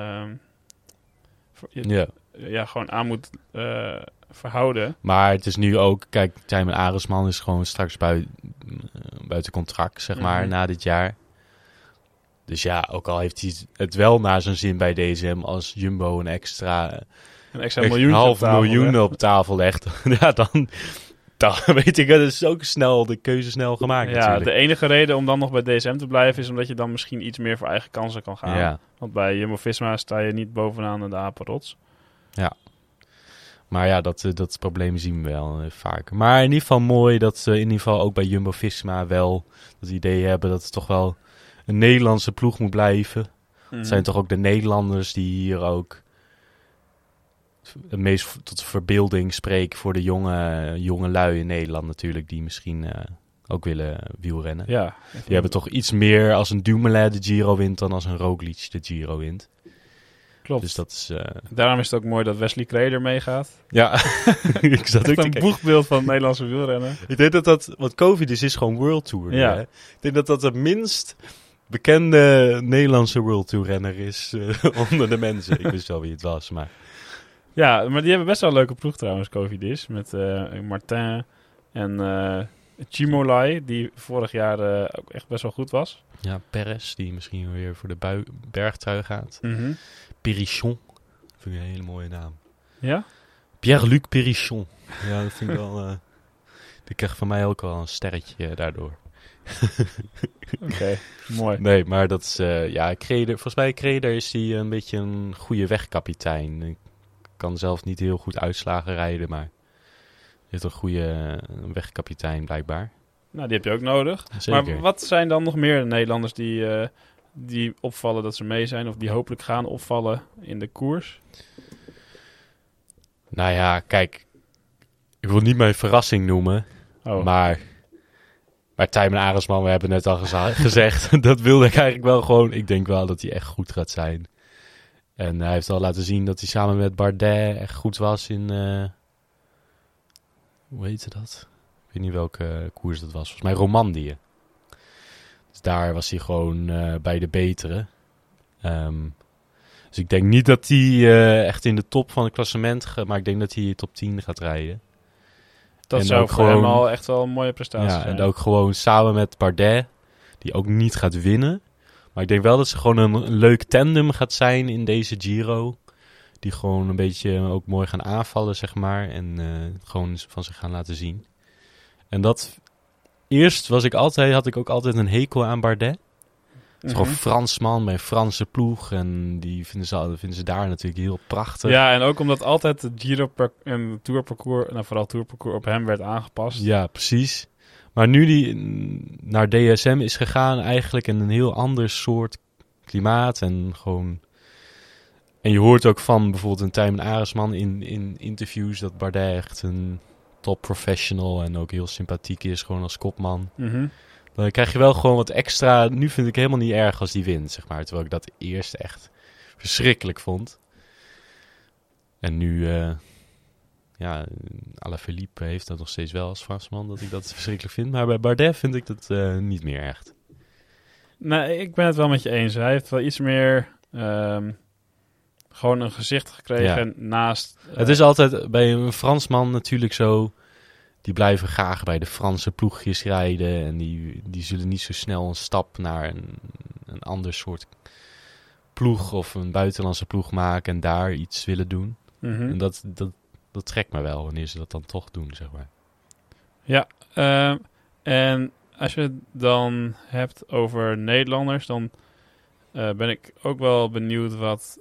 gewoon aan moet verhouden. Maar het is nu ook, kijk, Tijmen Arendsman is gewoon straks buiten contract, zeg maar, na dit jaar. Dus ja, ook al heeft hij het wel naar zijn zin bij DSM als Jumbo een extra miljoen op tafel legt. Ja, dan weet ik, dat is ook de keuze snel gemaakt natuurlijk. De enige reden om dan nog bij DSM te blijven is omdat je dan misschien iets meer voor eigen kansen kan gaan. Ja. Want bij Jumbo-Visma sta je niet bovenaan de apenrots. Ja. Maar ja, dat probleem zien we wel vaak. Maar in ieder geval mooi dat ze in ieder geval ook bij Jumbo-Visma wel het idee hebben dat het toch wel een Nederlandse ploeg moet blijven. Het zijn toch ook de Nederlanders die hier ook het meest tot de verbeelding spreken voor de jonge lui in Nederland natuurlijk, die misschien ook willen wielrennen. Ja. Die hebben toch iets meer als een Dumoulin de Giro wint dan als een Roglic de Giro wint. Klopt. Dus dat is... Daarom is het ook mooi dat Wesley Kreder meegaat. Ja, ik zat ook echt een boegbeeld van het Nederlandse wielrennen. Ik denk dat want COVID is gewoon World Tour. Ja. Hè? Ik denk dat dat het minst bekende Nederlandse World Tour renner is onder de mensen. Ik wist wel wie het was, maar... Ja, maar die hebben best wel een leuke ploeg trouwens, Cofidis. Met Martin en Chimolai, die vorig jaar ook echt best wel goed was. Ja, Perez, die misschien weer voor de bergtrui gaat. Mhm. Périchon, vind ik een hele mooie naam. Ja? Pierre-Luc Périchon. Ja, dat vind ik wel... die krijgt van mij ook wel een sterretje daardoor. Oké, mooi. Nee, maar dat is... volgens mij Kreder is hij een beetje een goede wegkapitein. Ik kan zelf niet heel goed uitslagen rijden, maar... Hij heeft een goede wegkapitein blijkbaar. Nou, die heb je ook nodig. Zeker. Maar wat zijn dan nog meer Nederlanders die opvallen dat ze mee zijn... of die hopelijk gaan opvallen in de koers? Nou ja, kijk. Ik wil niet mijn verrassing noemen. Oh. Maar Tijmen Arendsman, we hebben net al gezegd. Dat wilde ik eigenlijk wel gewoon. Ik denk wel dat hij echt goed gaat zijn. En hij heeft al laten zien dat hij samen met Bardet echt goed was in... hoe heette dat? Ik weet niet welke koers dat was. Volgens mij Romandie. Dus daar was hij gewoon bij de betere. Dus ik denk niet dat hij echt in de top van het klassement gaat. Maar ik denk dat hij top 10 gaat rijden. Dat en zou ook voor hem al echt wel een mooie prestatie Ja, zijn. en ook gewoon samen met Bardet. Die ook niet gaat winnen. Maar ik denk wel dat ze gewoon een leuk tandem gaat zijn in deze Giro. Die gewoon een beetje ook mooi gaan aanvallen, zeg maar. En gewoon van zich gaan laten zien. En dat... Eerst had ik ook altijd een hekel aan Bardet. Het is gewoon Fransman bij een Franse ploeg. En die vinden ze daar natuurlijk heel prachtig. Ja, en ook omdat altijd het Giro en het Tourparcours... nou, vooral Tourparcours op hem werd aangepast. Ja, precies. Maar nu die naar DSM is gegaan eigenlijk in een heel ander soort klimaat. En gewoon... En je hoort ook van bijvoorbeeld een Tijmen Arendsman in interviews dat Bardet echt een top professional en ook heel sympathiek is, gewoon als kopman. Mhm. Dan krijg je wel gewoon wat extra. Nu vind ik helemaal niet erg als die wint, zeg maar. Terwijl ik dat eerst echt verschrikkelijk vond. En nu, Alaphilippe heeft dat nog steeds wel als Fransman, dat ik dat verschrikkelijk vind. Maar bij Bardet vind ik dat niet meer echt. Nee, ik ben het wel met je eens. Hij heeft wel iets meer... gewoon een gezicht gekregen naast... Het is altijd bij een Fransman natuurlijk zo... Die blijven graag bij de Franse ploegjes rijden. En die zullen niet zo snel een stap naar een ander soort ploeg... of een buitenlandse ploeg maken en daar iets willen doen. Mhm. En dat trekt me wel wanneer ze dat dan toch doen, zeg maar. Ja, en als je het dan hebt over Nederlanders... dan ben ik ook wel benieuwd wat...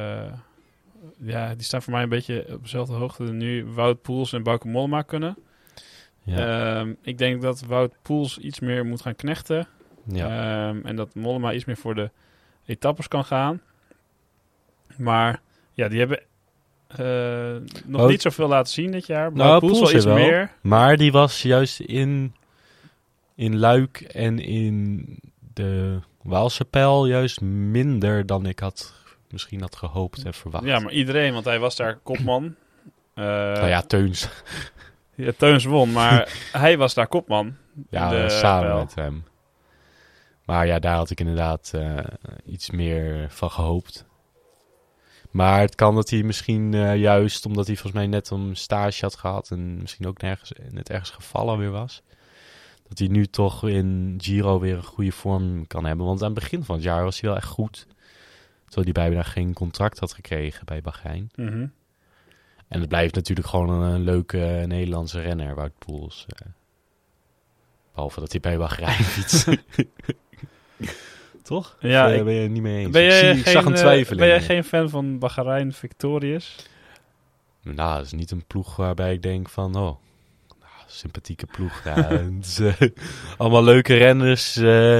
die staan voor mij een beetje op dezelfde hoogte nu... Wout Poels en Bauke Mollema kunnen. Ja. Ik denk dat Wout Poels iets meer moet gaan knechten. Ja. En dat Mollema iets meer voor de etappes kan gaan. Maar ja, die hebben nog niet zoveel laten zien dit jaar. Wout Poels wel iets meer. Maar die was juist in Luik en in de Waalse Pijl juist minder dan ik misschien had gehoopt en verwacht. Ja, maar iedereen, want hij was daar kopman. Teuns. Ja, Teuns won, maar hij was daar kopman. Ja, samen met hem. Maar ja, daar had ik inderdaad iets meer van gehoopt. Maar het kan dat hij misschien juist, omdat hij volgens mij net een stage had gehad... en misschien ook net ergens gevallen weer was... dat hij nu toch in Giro weer een goede vorm kan hebben. Want aan het begin van het jaar was hij wel echt goed. Terwijl hij bijna geen contract had gekregen bij Bahrein. Mm-hmm. En het blijft natuurlijk gewoon een leuke Nederlandse renner, Wout Poels. Behalve dat hij bij Bahrein fietst. Toch? Ja, ben je het niet mee eens? Ik zag een twijfeling. Ben jij geen fan van Bahrein Victorious? Nou, dat is niet een ploeg waarbij ik denk van... sympathieke ploeg. Ja, het is, allemaal leuke renners.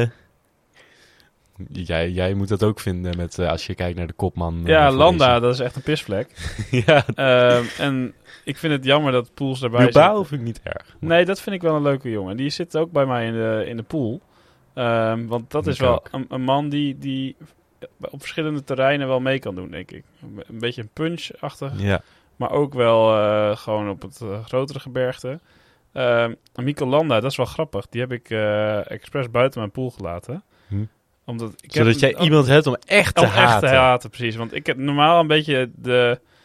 Jij moet dat ook vinden met als je kijkt naar de kopman. Ja, Landa, dat is echt een pisvlek. Ja. En ik vind het jammer dat Poels daarbij zit. Bilbao vind ik niet erg. Nee, dat vind ik wel een leuke jongen. Die zit ook bij mij in de pool. Want dat is wel een man die op verschillende terreinen wel mee kan doen, denk ik. Een beetje een punch-achtig. Ja. Maar ook wel gewoon op het grotere gebergte. Mikel Landa, dat is wel grappig. Die heb ik expres buiten mijn pool gelaten. Omdat Zodat jij iemand hebt om echt te haten. Precies. Want ik heb normaal een beetje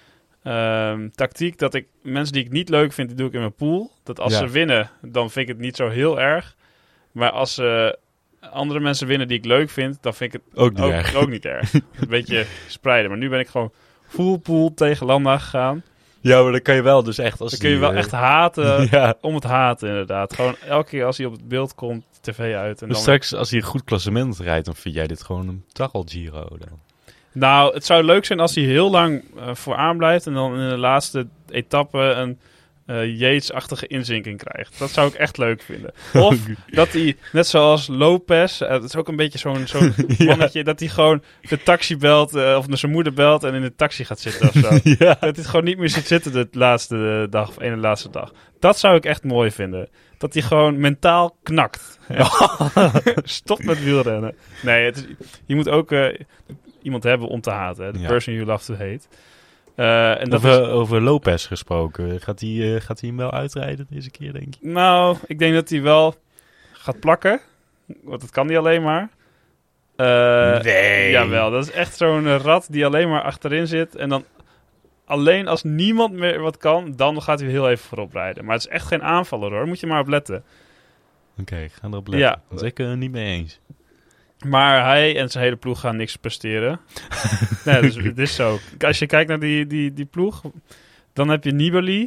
tactiek dat ik mensen die ik niet leuk vind, die doe ik in mijn pool. Dat als Ja. ze winnen, dan vind ik het niet zo heel erg. Maar als andere mensen winnen die ik leuk vind, dan vind ik het Ook niet erg. ook niet erg. Een beetje spreiden. Maar nu ben ik gewoon full pool tegen Landa gegaan. Ja, maar dan kan je wel dus echt... Als Dan kun je wel echt haten Ja. om het haten, inderdaad. Gewoon elke keer als hij op het beeld komt, tv uit. En Dus dan... straks, als hij een goed klassement rijdt, dan vind jij dit gewoon een Tachel Giro dan. Nou, het zou leuk zijn als hij heel lang vooraan blijft en dan in de laatste etappe een Yates-achtige inzinking krijgt. Dat zou ik echt leuk vinden. Of dat hij, net zoals Lopez, het is ook een beetje zo'n mannetje, dat hij gewoon de taxi belt of naar zijn moeder belt en in de taxi gaat zitten of zo. Ja. Dat hij het gewoon niet meer ziet zitten de laatste dag of ene laatste dag. Dat zou ik echt mooi vinden. Dat hij gewoon mentaal knakt. Stop met wielrennen. Nee, je moet ook iemand hebben om te haten. Hè? The Ja. person you love to hate. En dat Over Lopez gesproken. Gaat hij hem wel uitrijden deze keer, denk je? Nou, ik denk dat hij wel gaat plakken. Want dat kan hij alleen maar. Nee. Jawel, dat is echt zo'n rat die alleen maar achterin zit. En dan alleen als niemand meer wat kan, dan gaat hij heel even voorop rijden. Maar het is echt geen aanvaller hoor, moet je maar op letten. Oké, ik ga erop letten. Ja. Dat is ik niet mee eens. Maar hij en zijn hele ploeg gaan niks presteren. Nee, dus het is zo. Als je kijkt naar die ploeg, dan heb je Nibali.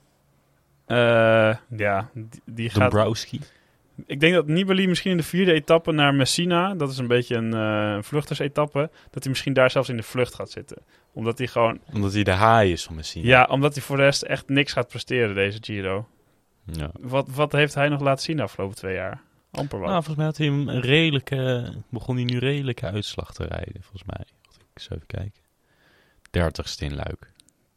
Die gaat... Dombrowski. Ik denk dat Nibali misschien in de 4e etappe naar Messina, dat is een beetje een vluchtersetappe, dat hij misschien daar zelfs in de vlucht gaat zitten. Omdat hij gewoon... Omdat hij de haai is van Messina. Ja, omdat hij voor de rest echt niks gaat presteren, deze Giro. Ja. Wat heeft hij nog laten zien de afgelopen 2 jaar? Amper wat. Nou, volgens mij had hij begon hij nu redelijke uitslag te rijden, volgens mij. Wacht, ik eens even kijken. 30ste in Luik.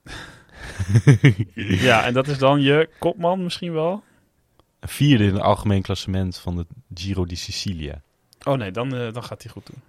Ja, en dat is dan je kopman misschien wel? 4e in het algemeen klassement van de Giro di Sicilia. Oh nee, dan gaat hij goed doen.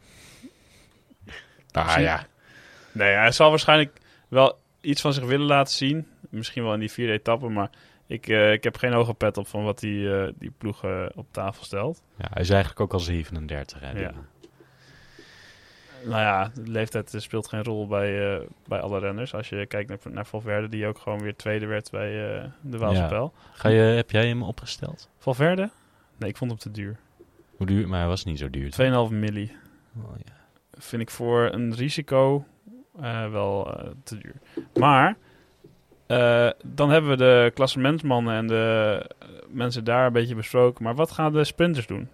Ah ja. Nee, hij zal waarschijnlijk wel iets van zich willen laten zien. Misschien wel in die 4e etappe, maar ik heb geen hoge pet op van wat die ploeg op tafel stelt. Ja, hij is eigenlijk ook al 37. Hè, Ja. Nou ja, de leeftijd speelt geen rol bij alle renners. Als je kijkt naar Valverde, die ook gewoon weer tweede werd bij de Waalse Pijl. Heb jij hem opgesteld? Valverde? Nee, ik vond hem te duur. Hoe duur? Maar hij was niet zo duur. 2,5 milli. Oh, ja. Vind ik voor een risico wel te duur. Maar dan hebben we de klassementsmannen en de mensen daar een beetje besproken. Maar wat gaan de sprinters doen?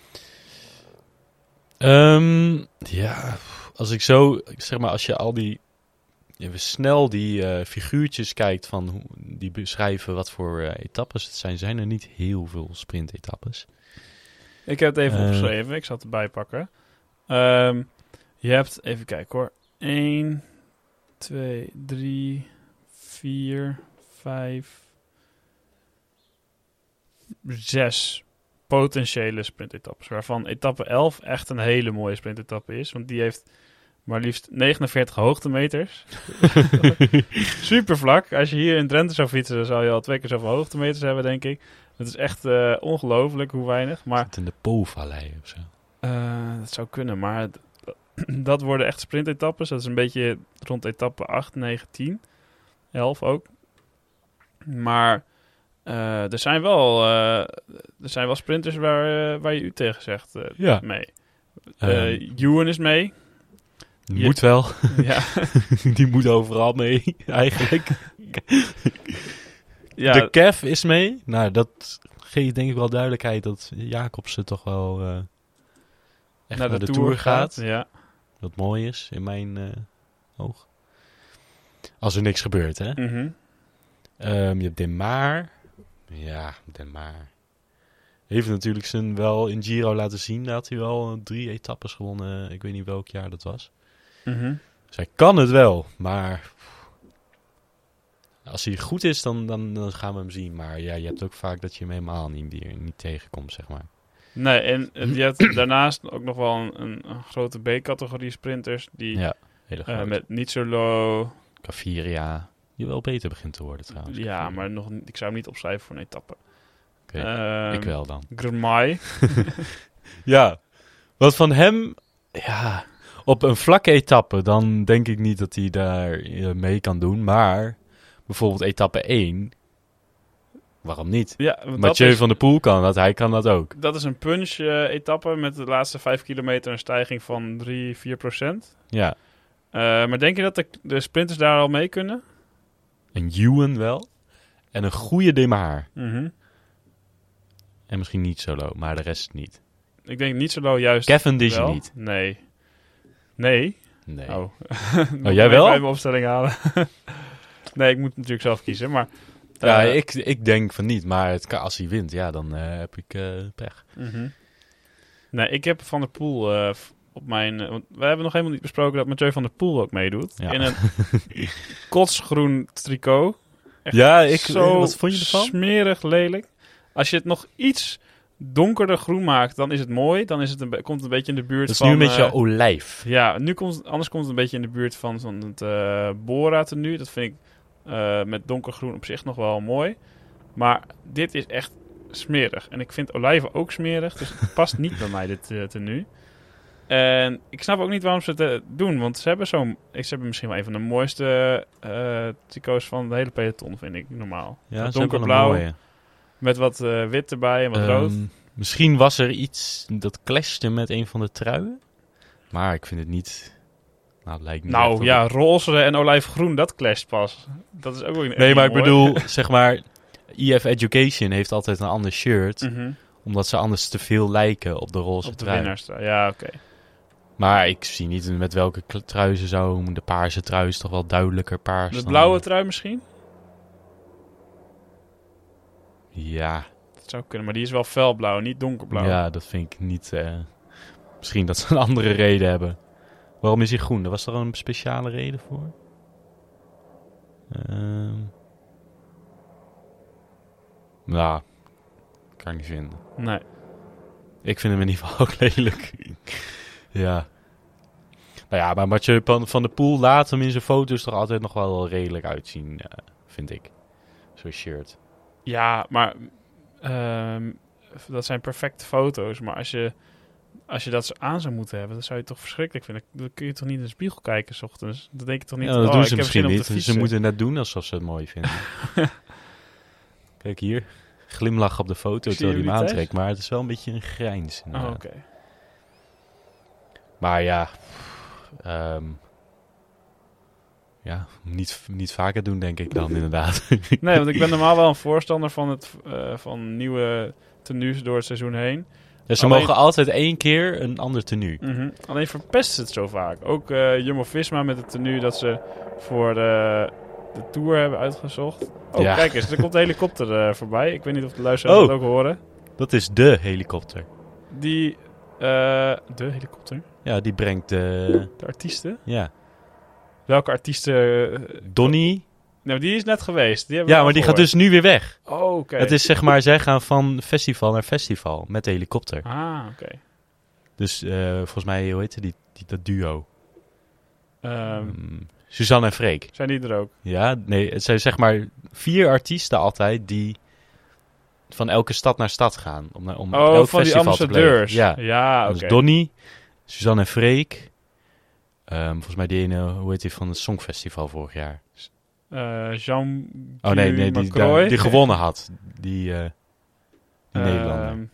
Ja, als ik zo, zeg maar, als je al die, snel die figuurtjes kijkt van die beschrijven wat voor etappes het zijn er niet heel veel sprintetappes. Ik heb het even opgeschreven, ik zal het erbij pakken. Je hebt, even kijken hoor, 1, 2, 3, 4, 5, 6 potentiële sprintetappes. Waarvan etappe 11 echt een hele mooie sprintetappe is. Want die heeft maar liefst 49 hoogtemeters. Super vlak. Als je hier in Drenthe zou fietsen, dan zou je al 2 keer zoveel hoogtemeters hebben, denk ik. Het is echt ongelooflijk hoe weinig. Maar Het in de Po-vallei of zo. dat zou kunnen, maar dat worden echt sprintetappes. Dat is een beetje rond etappe 8, 9, 10. 11 ook. Maar er zijn wel sprinters waar je u tegen zegt Ja. mee. Ewan is mee. Moet wel. Ja. Die moet overal mee, eigenlijk. Ja, De Kev is mee. Nou, dat geeft denk ik wel duidelijkheid dat Jacobsen toch wel echt naar de Tour gaat. Ja. Wat mooi is, in mijn oog. Als er niks gebeurt, hè. Mhm. Je hebt Den Maar. Ja, Den Maar. Heeft natuurlijk wel in Giro laten zien. Daar had hij wel 3 etappes gewonnen. Ik weet niet welk jaar dat was. Mhm. Dus hij kan het wel, maar als hij goed is, dan gaan we hem zien. Maar ja, je hebt ook vaak dat je hem helemaal niet tegenkomt, zeg maar. Nee, en je hebt daarnaast ook nog wel een grote B-categorie sprinters die Ja, hele groot. met Nizzolo. Caviria, die wel beter begint te worden trouwens. Ja, maar ik zou hem niet opschrijven voor een etappe. Oké, ik wel dan. Grmai. Ja, wat van hem, ja, Op een vlakke etappe, dan denk ik niet dat hij daar mee kan doen. Maar bijvoorbeeld etappe 1, waarom niet? Ja, want Mathieu van der Poel kan dat, hij kan dat ook. dat is een punch-etappe met de laatste 5 kilometer een stijging van 3-4%. Ja, Maar denk je dat de sprinters daar al mee kunnen? een Ewan wel. En een goede Demar. Mhm. En misschien niet solo, maar de rest niet. Ik denk niet zo low juist. Cavendish wel. niet. Nee. Nee? Nee. Oh. Oh, jij wel? Even mijn opstelling halen. Nee, ik moet natuurlijk zelf kiezen, maar... Ja, ik denk van niet. Maar het kan, als hij wint, ja, dan heb ik pech. Mhm. Nee, ik heb Van der Poel op mijn... want we hebben nog helemaal niet besproken dat Mathieu van der Poel ook meedoet. Ja. In een kotsgroen tricot. Echt Ja, zo wat vond je ervan? smerig lelijk. Als je het nog iets donkerder groen maakt, dan is het mooi. Dan is het komt het een beetje in de buurt Dat is van... nu een beetje olijf. Ja, anders komt het een beetje in de buurt van het Bora tenue. Dat vind ik met donkergroen op zich nog wel mooi. Maar dit is echt smerig. En ik vind olijven ook smerig. Dus het past niet bij mij, dit tenue. En ik snap ook niet waarom ze het doen. Want ze hebben misschien wel een van de mooiste tricots van de hele peloton, vind ik normaal. Ja, Met dat is ook wel een donkerblauw, mooie. met wat wit erbij en wat rood. Misschien was er iets dat clashte met een van de truien. Maar ik vind het niet... Nou, het lijkt niet echt Nou dat ja, het- roze en olijfgroen, dat clasht pas. Dat is ook niet Nee, maar ik mooi. bedoel, zeg maar... EF Education heeft altijd een ander shirt. Mhm. Omdat ze anders te veel lijken op de roze Op de trui. winnaarstrui, ja, oké. Maar ik zie niet met welke trui ze zou... De paarse trui is toch wel duidelijker paars. De dan- blauwe trui misschien? Ja, Dat zou kunnen, maar die is wel felblauw, niet donkerblauw. ja, dat vind ik niet... misschien dat ze een andere reden hebben. Waarom is hij groen? Er was er een speciale reden voor? Nou, kan ik niet vinden. Nee. Ik vind hem in ieder geval ook lelijk. Ja. Nou ja, maar Mathieu van der Poel laat hem in zijn foto's toch altijd nog wel redelijk uitzien, vind ik. Zo'n shirt. Ja, maar dat zijn perfecte foto's. Maar als je dat zo aan zou moeten hebben, dan zou je het toch verschrikkelijk vinden. Dan kun je toch niet in de spiegel kijken 's ochtends. Dan denk je toch niet, Ja, dat doen ik ze heb misschien zin om niet. te Ze fietsen. moeten net doen alsof ze het mooi vinden. Kijk hier. Glimlach op de foto Zie je terwijl hij hem hem niet aantrekt. Maar het is wel een beetje een grijns. Oh, inderdaad. oké. Maar ja, ja, niet vaker doen denk ik dan inderdaad. Nee, want ik ben normaal wel een voorstander van nieuwe tenues door het seizoen heen. Ja, ze Alleen- mogen altijd 1 keer een ander tenue. Mhm. Alleen verpest ze het zo vaak. Ook Jumbo-Visma met het tenue dat ze voor de Tour hebben uitgezocht. Oh, Ja. kijk eens, er komt een helikopter voorbij. Ik weet niet of de luisteraars dat ook horen. Dat is de helikopter. De helikopter? Ja, die brengt de... De artiesten? Ja, Welke artiesten? Donnie. Nou, die is net geweest. Die hebben we Ja, al maar die gaat gehoord. dus nu weer weg. Oh, oké. Het is zeg maar, zij gaan van festival naar festival met de helikopter. Ah, oké. Dus volgens mij, hoe heette dat duo? Ehm, Suzanne en Freek. Zijn die er ook? Ja, nee, het zijn zeg maar 4 artiesten altijd die van elke stad naar stad gaan. Om elk van die festival ambassadeurs. te plegen. Ja, Ja, oké. dus Donnie, Suzanne en Freek. Volgens mij die ene, hoe heet die van het Songfestival vorig jaar? Jean Oh nee, die gewonnen had. Die Nederlander.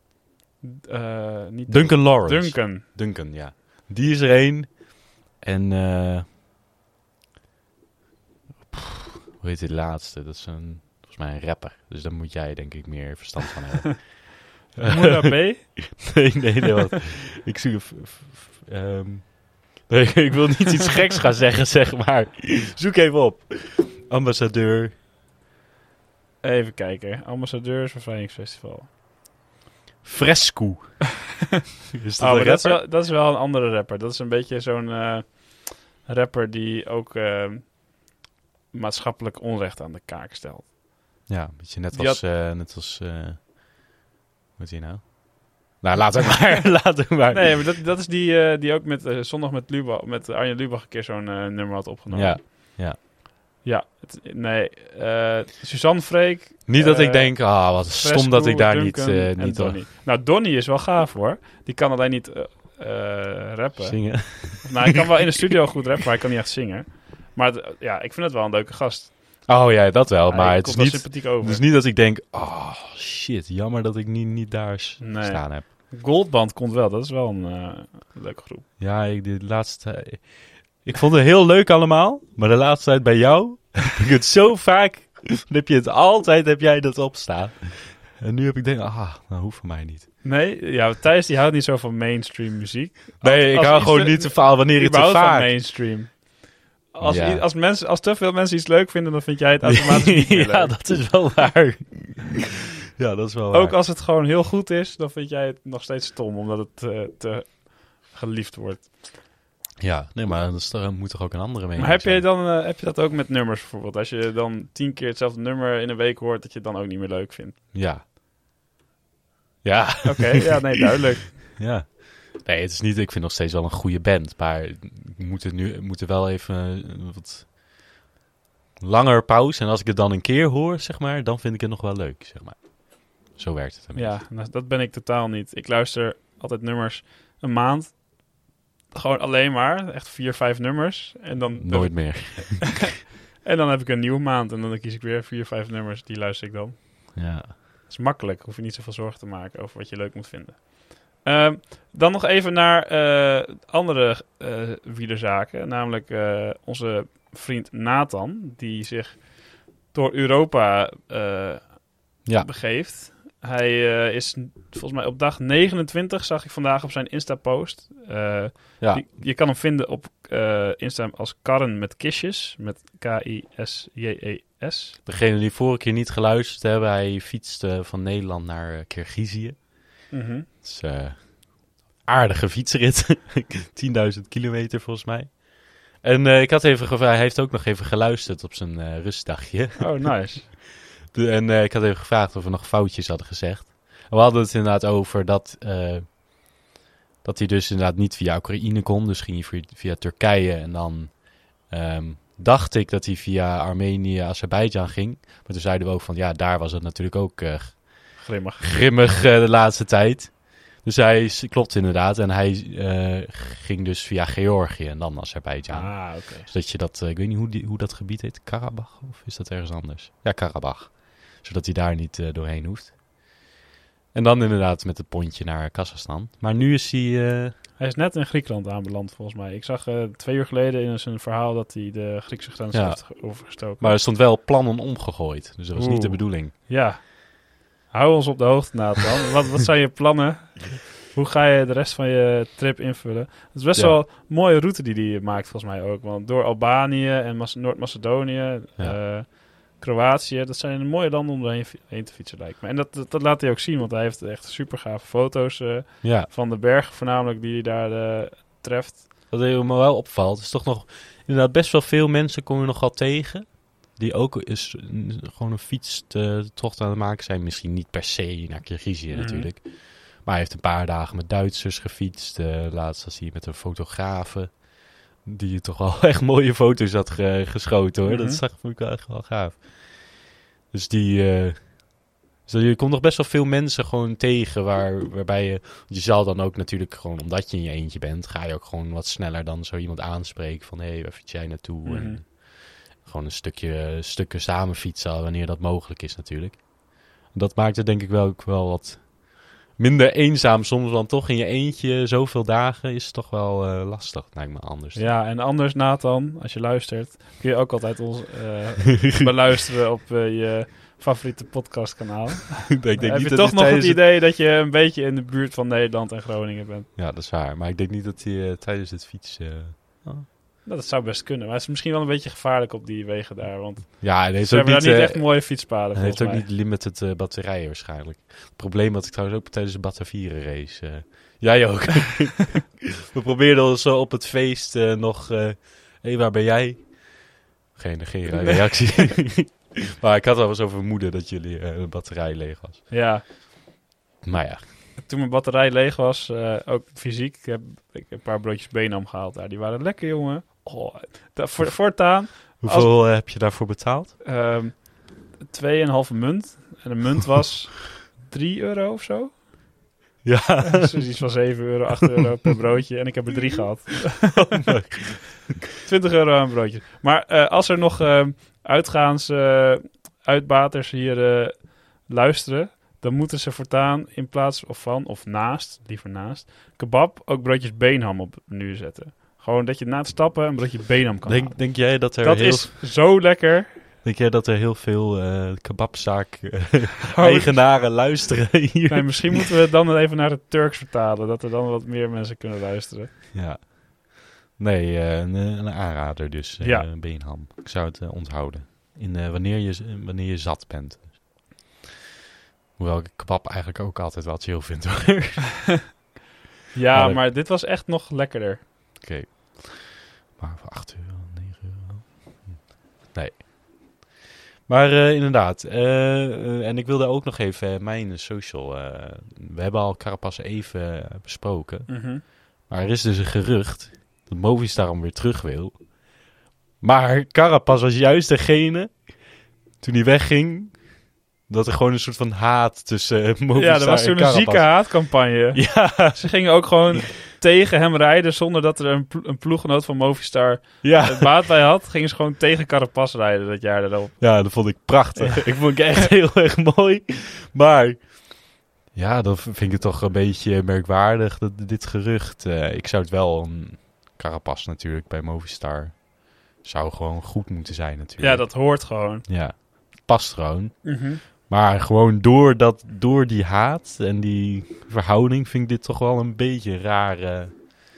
Niet Duncan Lawrence. Duncan. Ja. Die is er één. En hoe heet die laatste? Dat is volgens mij een rapper. Dus daar moet jij denk ik meer verstand van hebben. Moeda B? nee, wat. Ik zoek... nee, ik wil niet iets geks gaan zeggen, zeg maar. Zoek even op. Ambassadeur. Even kijken. Ambassadeurs Verveiligingsfestival. Fresco. Is dat Oh, een maar rapper? dat is wel een andere rapper. Dat is een beetje zo'n rapper die ook maatschappelijk onrecht aan de kaak stelt. Ja, een beetje net Die als... hoe heet die nou? Nou, laat hem maar. Laat hem maar. Nee, maar dat is die ook met zondag met Arjen Lubach een keer zo'n nummer had opgenomen. Ja. Suzanne Freek. Niet dat ik denk, wat stom Fresco, dat ik daar Duncan en niet Donnie. Nou, Donnie is wel gaaf hoor. Die kan alleen niet rappen. Zingen. Nou, ik kan wel in de studio goed rappen, maar ik kan niet echt zingen. Maar ik vind het wel een leuke gast. Oh ja, dat wel. Maar hij het komt is, wel niet, sympathiek over. het is niet dat ik denk... Oh, shit. Jammer dat ik niet daar staan heb. Goldband komt wel. Dat is wel een leuke groep. Ja, de laatste... Ik vond het heel leuk allemaal. Maar de laatste tijd bij jou... heb ik het zo vaak... heb jij dat opstaan. En nu heb ik denk... nou hoeft voor mij niet. Nee, ja, Thijs die houdt niet zo van mainstream muziek. Nee, ik hou gewoon niet te vaak wanneer het te vaak vaak... van mainstream. Als te veel mensen iets leuk vinden, dan vind jij het automatisch niet meer leuk. Ja, dat is wel waar. Ja, dat is wel waar. Ook als het gewoon heel goed is, dan vind jij het nog steeds stom, omdat het te geliefd wordt. Ja, nee, maar er moet toch ook een andere mening Maar heb zijn. je dat ook met nummers bijvoorbeeld? Als je dan 10 keer hetzelfde nummer in een week hoort, dat je het dan ook niet meer leuk vindt? Ja. Ja. Oké, ja, nee, duidelijk. Ja. Nee, het is niet... Ik vind nog steeds wel een goede band. Maar we moeten wel even wat langer pauze. En als ik het dan een keer hoor, zeg maar, dan vind ik het nog wel leuk, zeg maar. Zo werkt het. Ja, dat ben ik totaal niet. Ik luister altijd nummers een maand. Gewoon alleen maar. Echt 4-5 nummers. En dan Nooit meer. En dan heb ik een nieuwe maand. En dan kies ik weer 4-5 nummers. Die luister ik dan. Ja. Dat is makkelijk. Hoef je niet zoveel zorgen te maken over wat je leuk moet vinden. Dan nog even naar andere wielerzaken. Namelijk onze vriend Nathan. Die zich door Europa begeeft. Hij is volgens mij op dag 29, zag ik vandaag op zijn Insta-post. Je kan hem vinden op Insta als Karren met Kisjes. Met Kisjes. Degene die vorige keer niet geluisterd hebben, hij fietste van Nederland naar Kirgizië. Mm-hmm. Het is aardige fietsrit. 10.000 kilometer volgens mij. En ik had even gevraagd, hij heeft ook nog even geluisterd op zijn rustdagje. Oh, nice. En ik had even gevraagd of we nog foutjes hadden gezegd. We hadden het inderdaad over dat hij dus inderdaad niet via Oekraïne kon. Dus ging hij via Turkije en dan dacht ik dat hij via Armenië, Azerbeidzjan ging. Maar toen zeiden we ook van ja, daar was het natuurlijk ook grimmig de laatste tijd. Dus hij klopt inderdaad. En hij ging dus via Georgië en dan Azerbeidzjan. Ah, oké. Dus dat je dat, ik weet niet hoe dat gebied heet. Karabach of is dat ergens anders? Ja, Karabach. Zodat hij daar niet doorheen hoeft. En dan inderdaad met het pontje naar Kazachstan. Maar nu is hij... Hij is net in Griekenland aanbeland volgens mij. Ik zag 2 uur geleden in zijn verhaal dat hij de Griekse grens heeft overgestoken. Maar er stond wel plannen omgegooid. Dus dat was niet de bedoeling. Ja. Hou ons op de hoogte, Nathan. wat zijn je plannen? Hoe ga je de rest van je trip invullen? Het is best wel een mooie route die hij maakt volgens mij ook. Want door Albanië en Noord-Macedonië, Kroatië, dat zijn mooie landen om doorheen te fietsen, lijkt me. En dat laat hij ook zien, want hij heeft echt super gave foto's van de bergen voornamelijk die hij daar treft. Wat me wel opvalt, is toch nog inderdaad best wel veel mensen kom je nogal tegen. Die ook gewoon een fietstocht aan het maken zijn. Misschien niet per se naar Kirgizië natuurlijk. Maar hij heeft een paar dagen met Duitsers gefietst. Laatst was hij met een fotografe. Die toch wel echt mooie foto's had geschoten hoor. Dat vond ik wel echt wel gaaf. Dus je komt nog best wel veel mensen gewoon tegen. Waarbij je zal dan ook natuurlijk gewoon, omdat je in je eentje bent, ga je ook gewoon wat sneller dan zo iemand aanspreken. Van hé, waar fiets jij naartoe? En gewoon een stukje samen fietsen wanneer dat mogelijk is natuurlijk. Dat maakt het denk ik wel wat minder eenzaam soms, want toch in je eentje zoveel dagen is het toch wel lastig, lijkt me anders. Ja, en anders Nathan, als je luistert, kun je ook altijd ons beluisteren op je favoriete podcastkanaal. Ik denk heb niet je toch nog het idee dat je een beetje in de buurt van Nederland en Groningen bent? Ja, dat is waar. Maar ik denk niet dat hij tijdens het fietsen... Dat zou best kunnen, maar het is misschien wel een beetje gevaarlijk op die wegen daar, want ze hebben daar niet echt mooie fietspaden. Hij heeft ook niet limited batterijen waarschijnlijk. Het probleem had ik trouwens ook tijdens de Batavieren race. Jij ook. We probeerden ons op het feest nog... waar ben jij? Geen reactie. Maar ik had wel eens over vermoeden dat jullie batterij leeg was. Ja. Maar ja. Toen mijn batterij leeg was, ook fysiek, heb ik een paar broodjes Benam gehaald daar. Die waren lekker, jongen. Oh, voortaan. Hoeveel heb je daarvoor betaald? 2,5 munt. En een munt was €3 of zo. Ja. Dus iets van 7 euro, 8 euro per broodje. En ik heb er 3 gehad. 20 euro aan broodjes. Maar als er nog uitbaters hier luisteren, dan moeten ze voortaan in plaats van, of naast, liever naast, kebab ook broodjes beenham op het menu zetten. Gewoon dat je na het stappen een broodje beenham kan halen. Denk jij dat er Dat is zo lekker. Denk jij dat er heel veel kebabzaak-eigenaren luisteren hier? Nee, misschien moeten we het dan even naar het Turks vertalen. Dat er dan wat meer mensen kunnen luisteren. Ja. Nee, een aanrader dus. Ja. Beenham. Ik zou het onthouden. Wanneer je zat bent. Hoewel ik kebab eigenlijk ook altijd wel chill vind hoor. Ja, maar dit was echt nog lekkerder. Oké. Maar voor 8 euro, 9 euro. Nee. Maar inderdaad. En ik wilde ook nog even mijn social. We hebben al Carapaz even besproken. Mhm. Maar er is dus een gerucht dat Movistar hem weer terug wil. Maar Carapaz was juist degene, toen hij wegging, dat er gewoon een soort van haat tussen Movistar en Carapaz. Ja, er was toen een zieke haatcampagne. Ja. Ze gingen ook gewoon tegen hem rijden zonder dat er een ploeggenoot van Movistar het baat bij had. Gingen ze gewoon tegen Carapaz rijden dat jaar erop. Ja, dat vond ik prachtig. Ja. Ik vond het echt heel erg mooi. Maar ja, dan vind ik het toch een beetje merkwaardig, dit gerucht. Ik zou het wel, Carapaz natuurlijk bij Movistar, zou gewoon goed moeten zijn natuurlijk. Ja, dat hoort gewoon. Ja, past gewoon. Mm-hmm. Maar gewoon door die haat en die verhouding vind ik dit toch wel een beetje raar.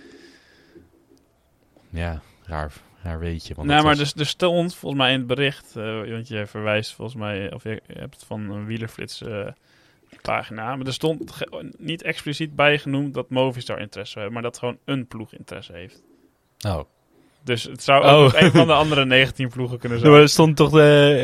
Raar weetje. Want nou, maar er stond volgens mij in het bericht, want je verwijst volgens mij, of je hebt het van een Wielerflits pagina, maar er stond niet expliciet bij genoemd dat Movistar interesse heeft, maar dat gewoon een ploeg interesse heeft. Oh. Dus het zou ook een van de andere 19 ploegen kunnen zijn. Maar er stond toch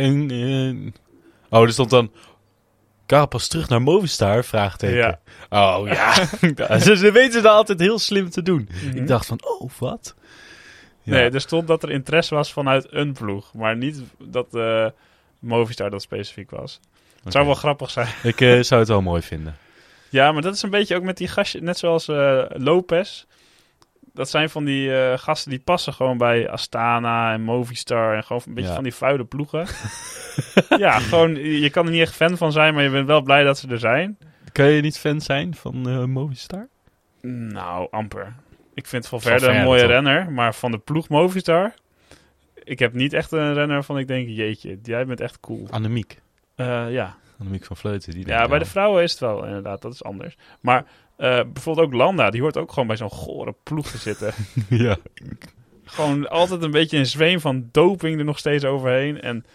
er stond dan Carapaz terug naar Movistar? Vraagteken. Ja. Oh ja. Ze weten het altijd heel slim te doen. Mm-hmm. Ik dacht van, wat? Ja. Nee, er stond dat er interesse was vanuit een ploeg, maar niet dat Movistar dat specifiek was. Het zou wel grappig zijn. Ik zou het wel mooi vinden. Ja, maar dat is een beetje ook met die gastjes, net zoals Lopez. Dat zijn van die gasten die passen gewoon bij Astana en Movistar en gewoon een beetje van die vuile ploegen. Ja, gewoon, je kan er niet echt fan van zijn, maar je bent wel blij dat ze er zijn. Kan je niet fan zijn van Movistar? Nou, amper. Ik vind Valverde een mooie renner, maar van de ploeg Movistar, ik heb niet echt een renner waarvan ik denk, jeetje, jij bent echt cool. Annemiek. Ja. Annemiek van Vleuten. Die bij de vrouwen is het wel inderdaad, dat is anders. Maar bijvoorbeeld ook Landa, die hoort ook gewoon bij zo'n gore ploeg te zitten. Ja. Gewoon altijd een beetje een zweem van doping er nog steeds overheen. En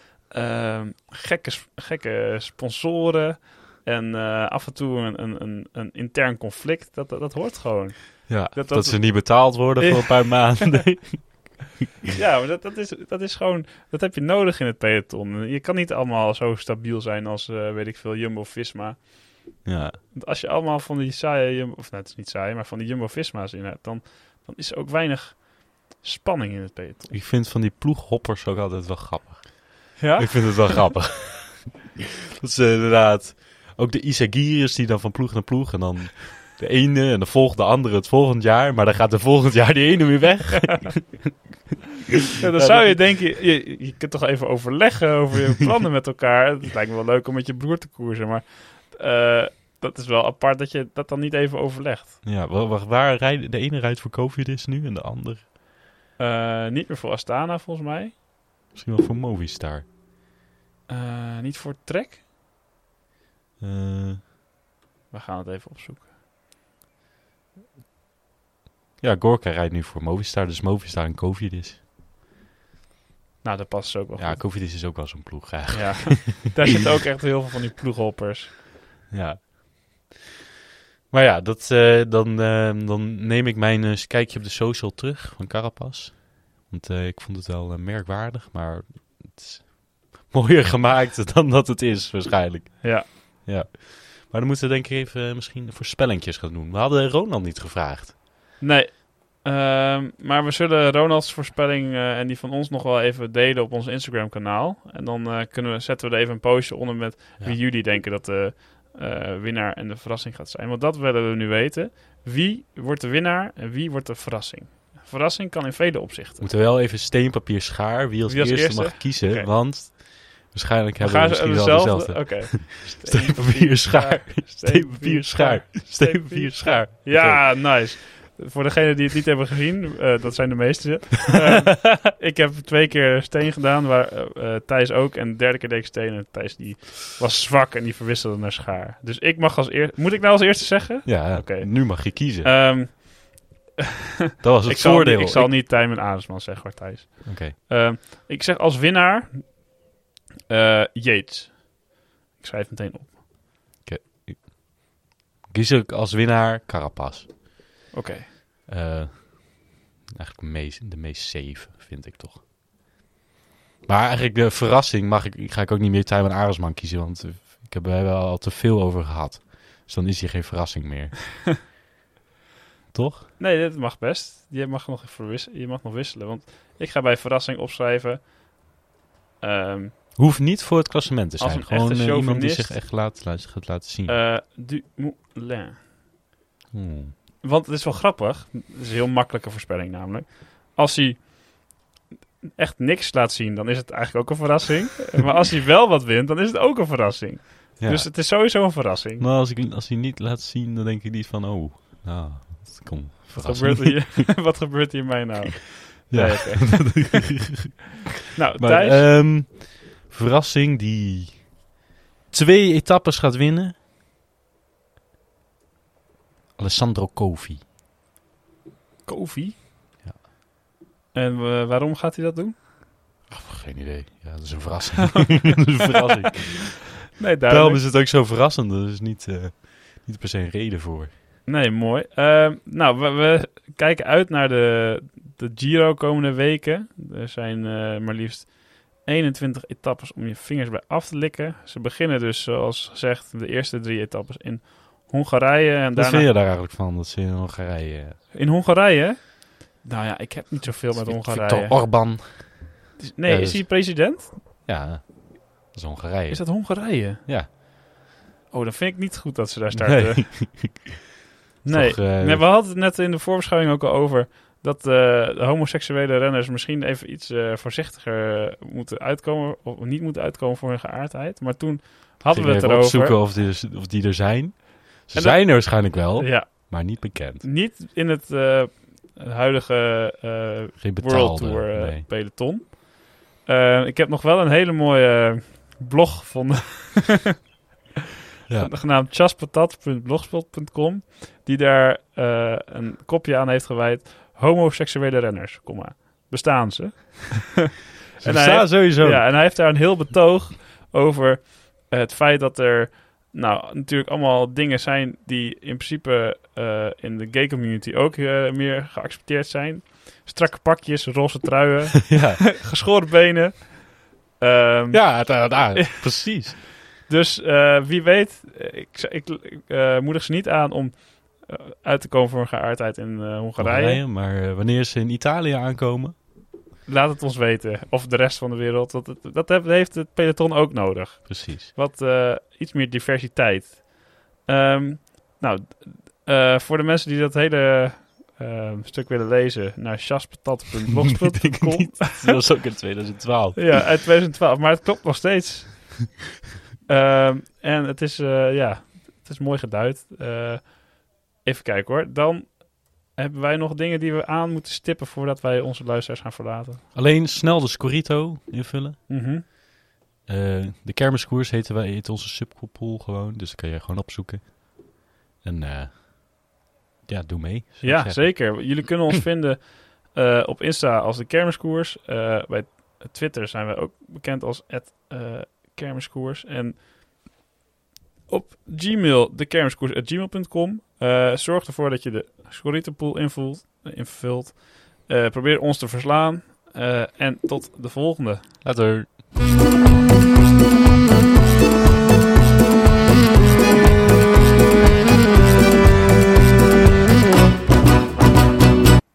gekke sponsoren. En af en toe een intern conflict. Dat hoort gewoon. Ja, dat ze niet betaald worden voor een paar maanden. Ja, maar dat is gewoon... Dat heb je nodig in het peloton. Je kan niet allemaal zo stabiel zijn als, weet ik veel, Jumbo-Visma. Ja. Want als je allemaal van die saaie... het is niet saai, maar van die Jumbo-Visma's in hebt, dan is er ook weinig spanning in het peloton. Ik vind van die ploeghoppers ook altijd wel grappig. Ja? Ik vind het wel grappig. Dat is inderdaad... Ook de Isagiris die dan van ploeg naar ploeg en dan de ene en dan volgt de andere het volgend jaar. Maar dan gaat de volgend jaar die ene weer weg. Ja, dan zou je denken, je kunt toch even overleggen over je plannen met elkaar. Het lijkt me wel leuk om met je broer te koersen, maar dat is wel apart dat je dat dan niet even overlegt. Ja, waar rijdt de ene rijdt voor Cofidis nu en de ander? Niet meer voor Astana volgens mij. Misschien wel voor Movistar. Niet voor Trek? We gaan het even opzoeken. Ja, Gorka rijdt nu voor Movistar, dus Movistar en Cofidis. Nou, dat past ook wel ja, goed. Cofidis is ook wel zo'n ploeg eigenlijk. Ja, daar zitten ook echt heel veel van die ploeghoppers. Ja. Maar ja, dan neem ik mijn kijkje op de social terug van Carapaz. Want ik vond het wel merkwaardig, maar het is mooier gemaakt dan dat het is waarschijnlijk. Ja. Maar dan moeten we denk ik even misschien voorspellingjes gaan doen. We hadden Ronald niet gevraagd. Nee, maar we zullen Ronalds voorspelling en die van ons nog wel even delen op ons Instagram kanaal. En dan zetten we er even een postje onder met wie jullie denken dat de winnaar en de verrassing gaat zijn. Want dat willen we nu weten. Wie wordt de winnaar en wie wordt de verrassing? Verrassing kan in vele opzichten. We moeten wel even steen, papier, schaar. Wie als eerste mag kiezen, Okay. Want waarschijnlijk hebben we misschien wel dezelfde. Oké. Steen, papier, schaar. Steen, papier, schaar. Steen, papier, schaar. Ja, nice. Voor degenen die het niet hebben gezien, dat zijn de meesten. Ik heb 2 keer steen gedaan, waar Thijs ook. En de derde keer deed ik steen. En Thijs die was zwak en die verwisselde naar schaar. Dus ik mag als eerste... Moet ik nou als eerste zeggen? Ja, Oké. Nu mag je kiezen. Dat was het ik voordeel. Ik zal niet Tijmen Arendsman zeggen, hoor, Thijs. Oké. Ik zeg als winnaar Yates. Ik schrijf meteen op. Kies ik als winnaar Carapaz. Oké. Eigenlijk de meest safe, vind ik toch. Maar eigenlijk de verrassing ga ik ook niet meer Tijmen Arendsman kiezen, want we hebben al te veel over gehad. Dus dan is hier geen verrassing meer. Toch? Nee, dat mag best. Je mag nog wisselen, want ik ga bij verrassing opschrijven. Hoeft niet voor het klassement te Als zijn. een Gewoon echte iemand die chauvinist. zich echt gaat laten zien. Dumoulin. Want het is wel grappig. Het is een heel makkelijke voorspelling namelijk. Als hij echt niks laat zien, dan is het eigenlijk ook een verrassing. Maar als hij wel wat wint, dan is het ook een verrassing. Ja. Dus het is sowieso een verrassing. Maar als hij niet laat zien, dan denk ik niet van... Oh, nou, dat komt Verrassing. Wat gebeurt hier mij nou? Ja. Nee, okay. Nou, Maar, Thijs? verrassing die 2 etappes gaat winnen. Alessandro Covi. Kofi? Ja. En waarom gaat hij dat doen? Geen idee. Ja, dat is een verrassing. Dat is een verrassing. Nee, Daarom duidelijk. is het ook zo verrassend. Er is niet per se een reden voor. Nee, mooi. Nou, we kijken uit naar de Giro komende weken. Er zijn maar liefst 21 etappes om je vingers bij af te likken. Ze beginnen dus, zoals gezegd, de eerste 3 etappes in Hongarije. En Wat daarna... vind je daar eigenlijk van, dat ze in Hongarije... In Hongarije? Nou ja, ik heb niet zoveel met Hongarije. Viktor Orbán. Nee, Ja, is hij president? Ja, dat is Hongarije. Is dat Hongarije? Ja. Oh, dan vind ik niet goed dat ze daar starten. Nee. Toch, Nee, we hadden het net in de voorbeschouwing ook al over dat de homoseksuele renners misschien even iets voorzichtiger moeten uitkomen, of niet moeten uitkomen voor hun geaardheid. Maar toen hadden we het erover. Opzoeken of die er zijn. Ze zijn er waarschijnlijk wel, Ja, maar niet bekend. niet in het huidige Geen World betaalde. Tour Nee. peloton. Ik heb nog wel een hele mooie blog gevonden. Ja. Genaamd chaspatat.blogspot.com, die daar een kopje aan heeft gewijd. Homoseksuele renners, bestaan ze? Ze bestaan sowieso. Ja, en hij heeft daar een heel betoog over het feit dat er natuurlijk allemaal dingen zijn die in principe in de gay community ook meer geaccepteerd zijn. Strakke pakjes, roze truien, Ja, geschoren benen. precies. Dus wie weet, ik moedig ze niet aan om uit te komen voor een geaardheid in Hongarije. Maar wanneer ze in Italië aankomen... Laat het ons weten. Of de rest van de wereld. Dat heeft het peloton ook nodig. Precies. Wat iets meer diversiteit. Voor de mensen die dat hele stuk willen lezen, naar chaspatat.blogspot.com. Dat was ook in 2012. Ja, uit 2012. Maar het klopt nog steeds. En het is, het is mooi geduid. Even kijken hoor. Dan hebben wij nog dingen die we aan moeten stippen voordat wij onze luisteraars gaan verlaten. Alleen snel de Scorito invullen. Mhm. De kermiskoers heet onze subpool gewoon. Dus dat kan je gewoon opzoeken. En doe mee. zou ik Ja, zeggen. zeker. Jullie kunnen ons vinden op Insta als de Kermiskoers. Bij Twitter zijn we ook bekend als @kermiskoers. En op Gmail, dekermiskoers@gmail.com. Zorg ervoor dat je de Scorito-pool invult. Probeer ons te verslaan. En tot de volgende. Later.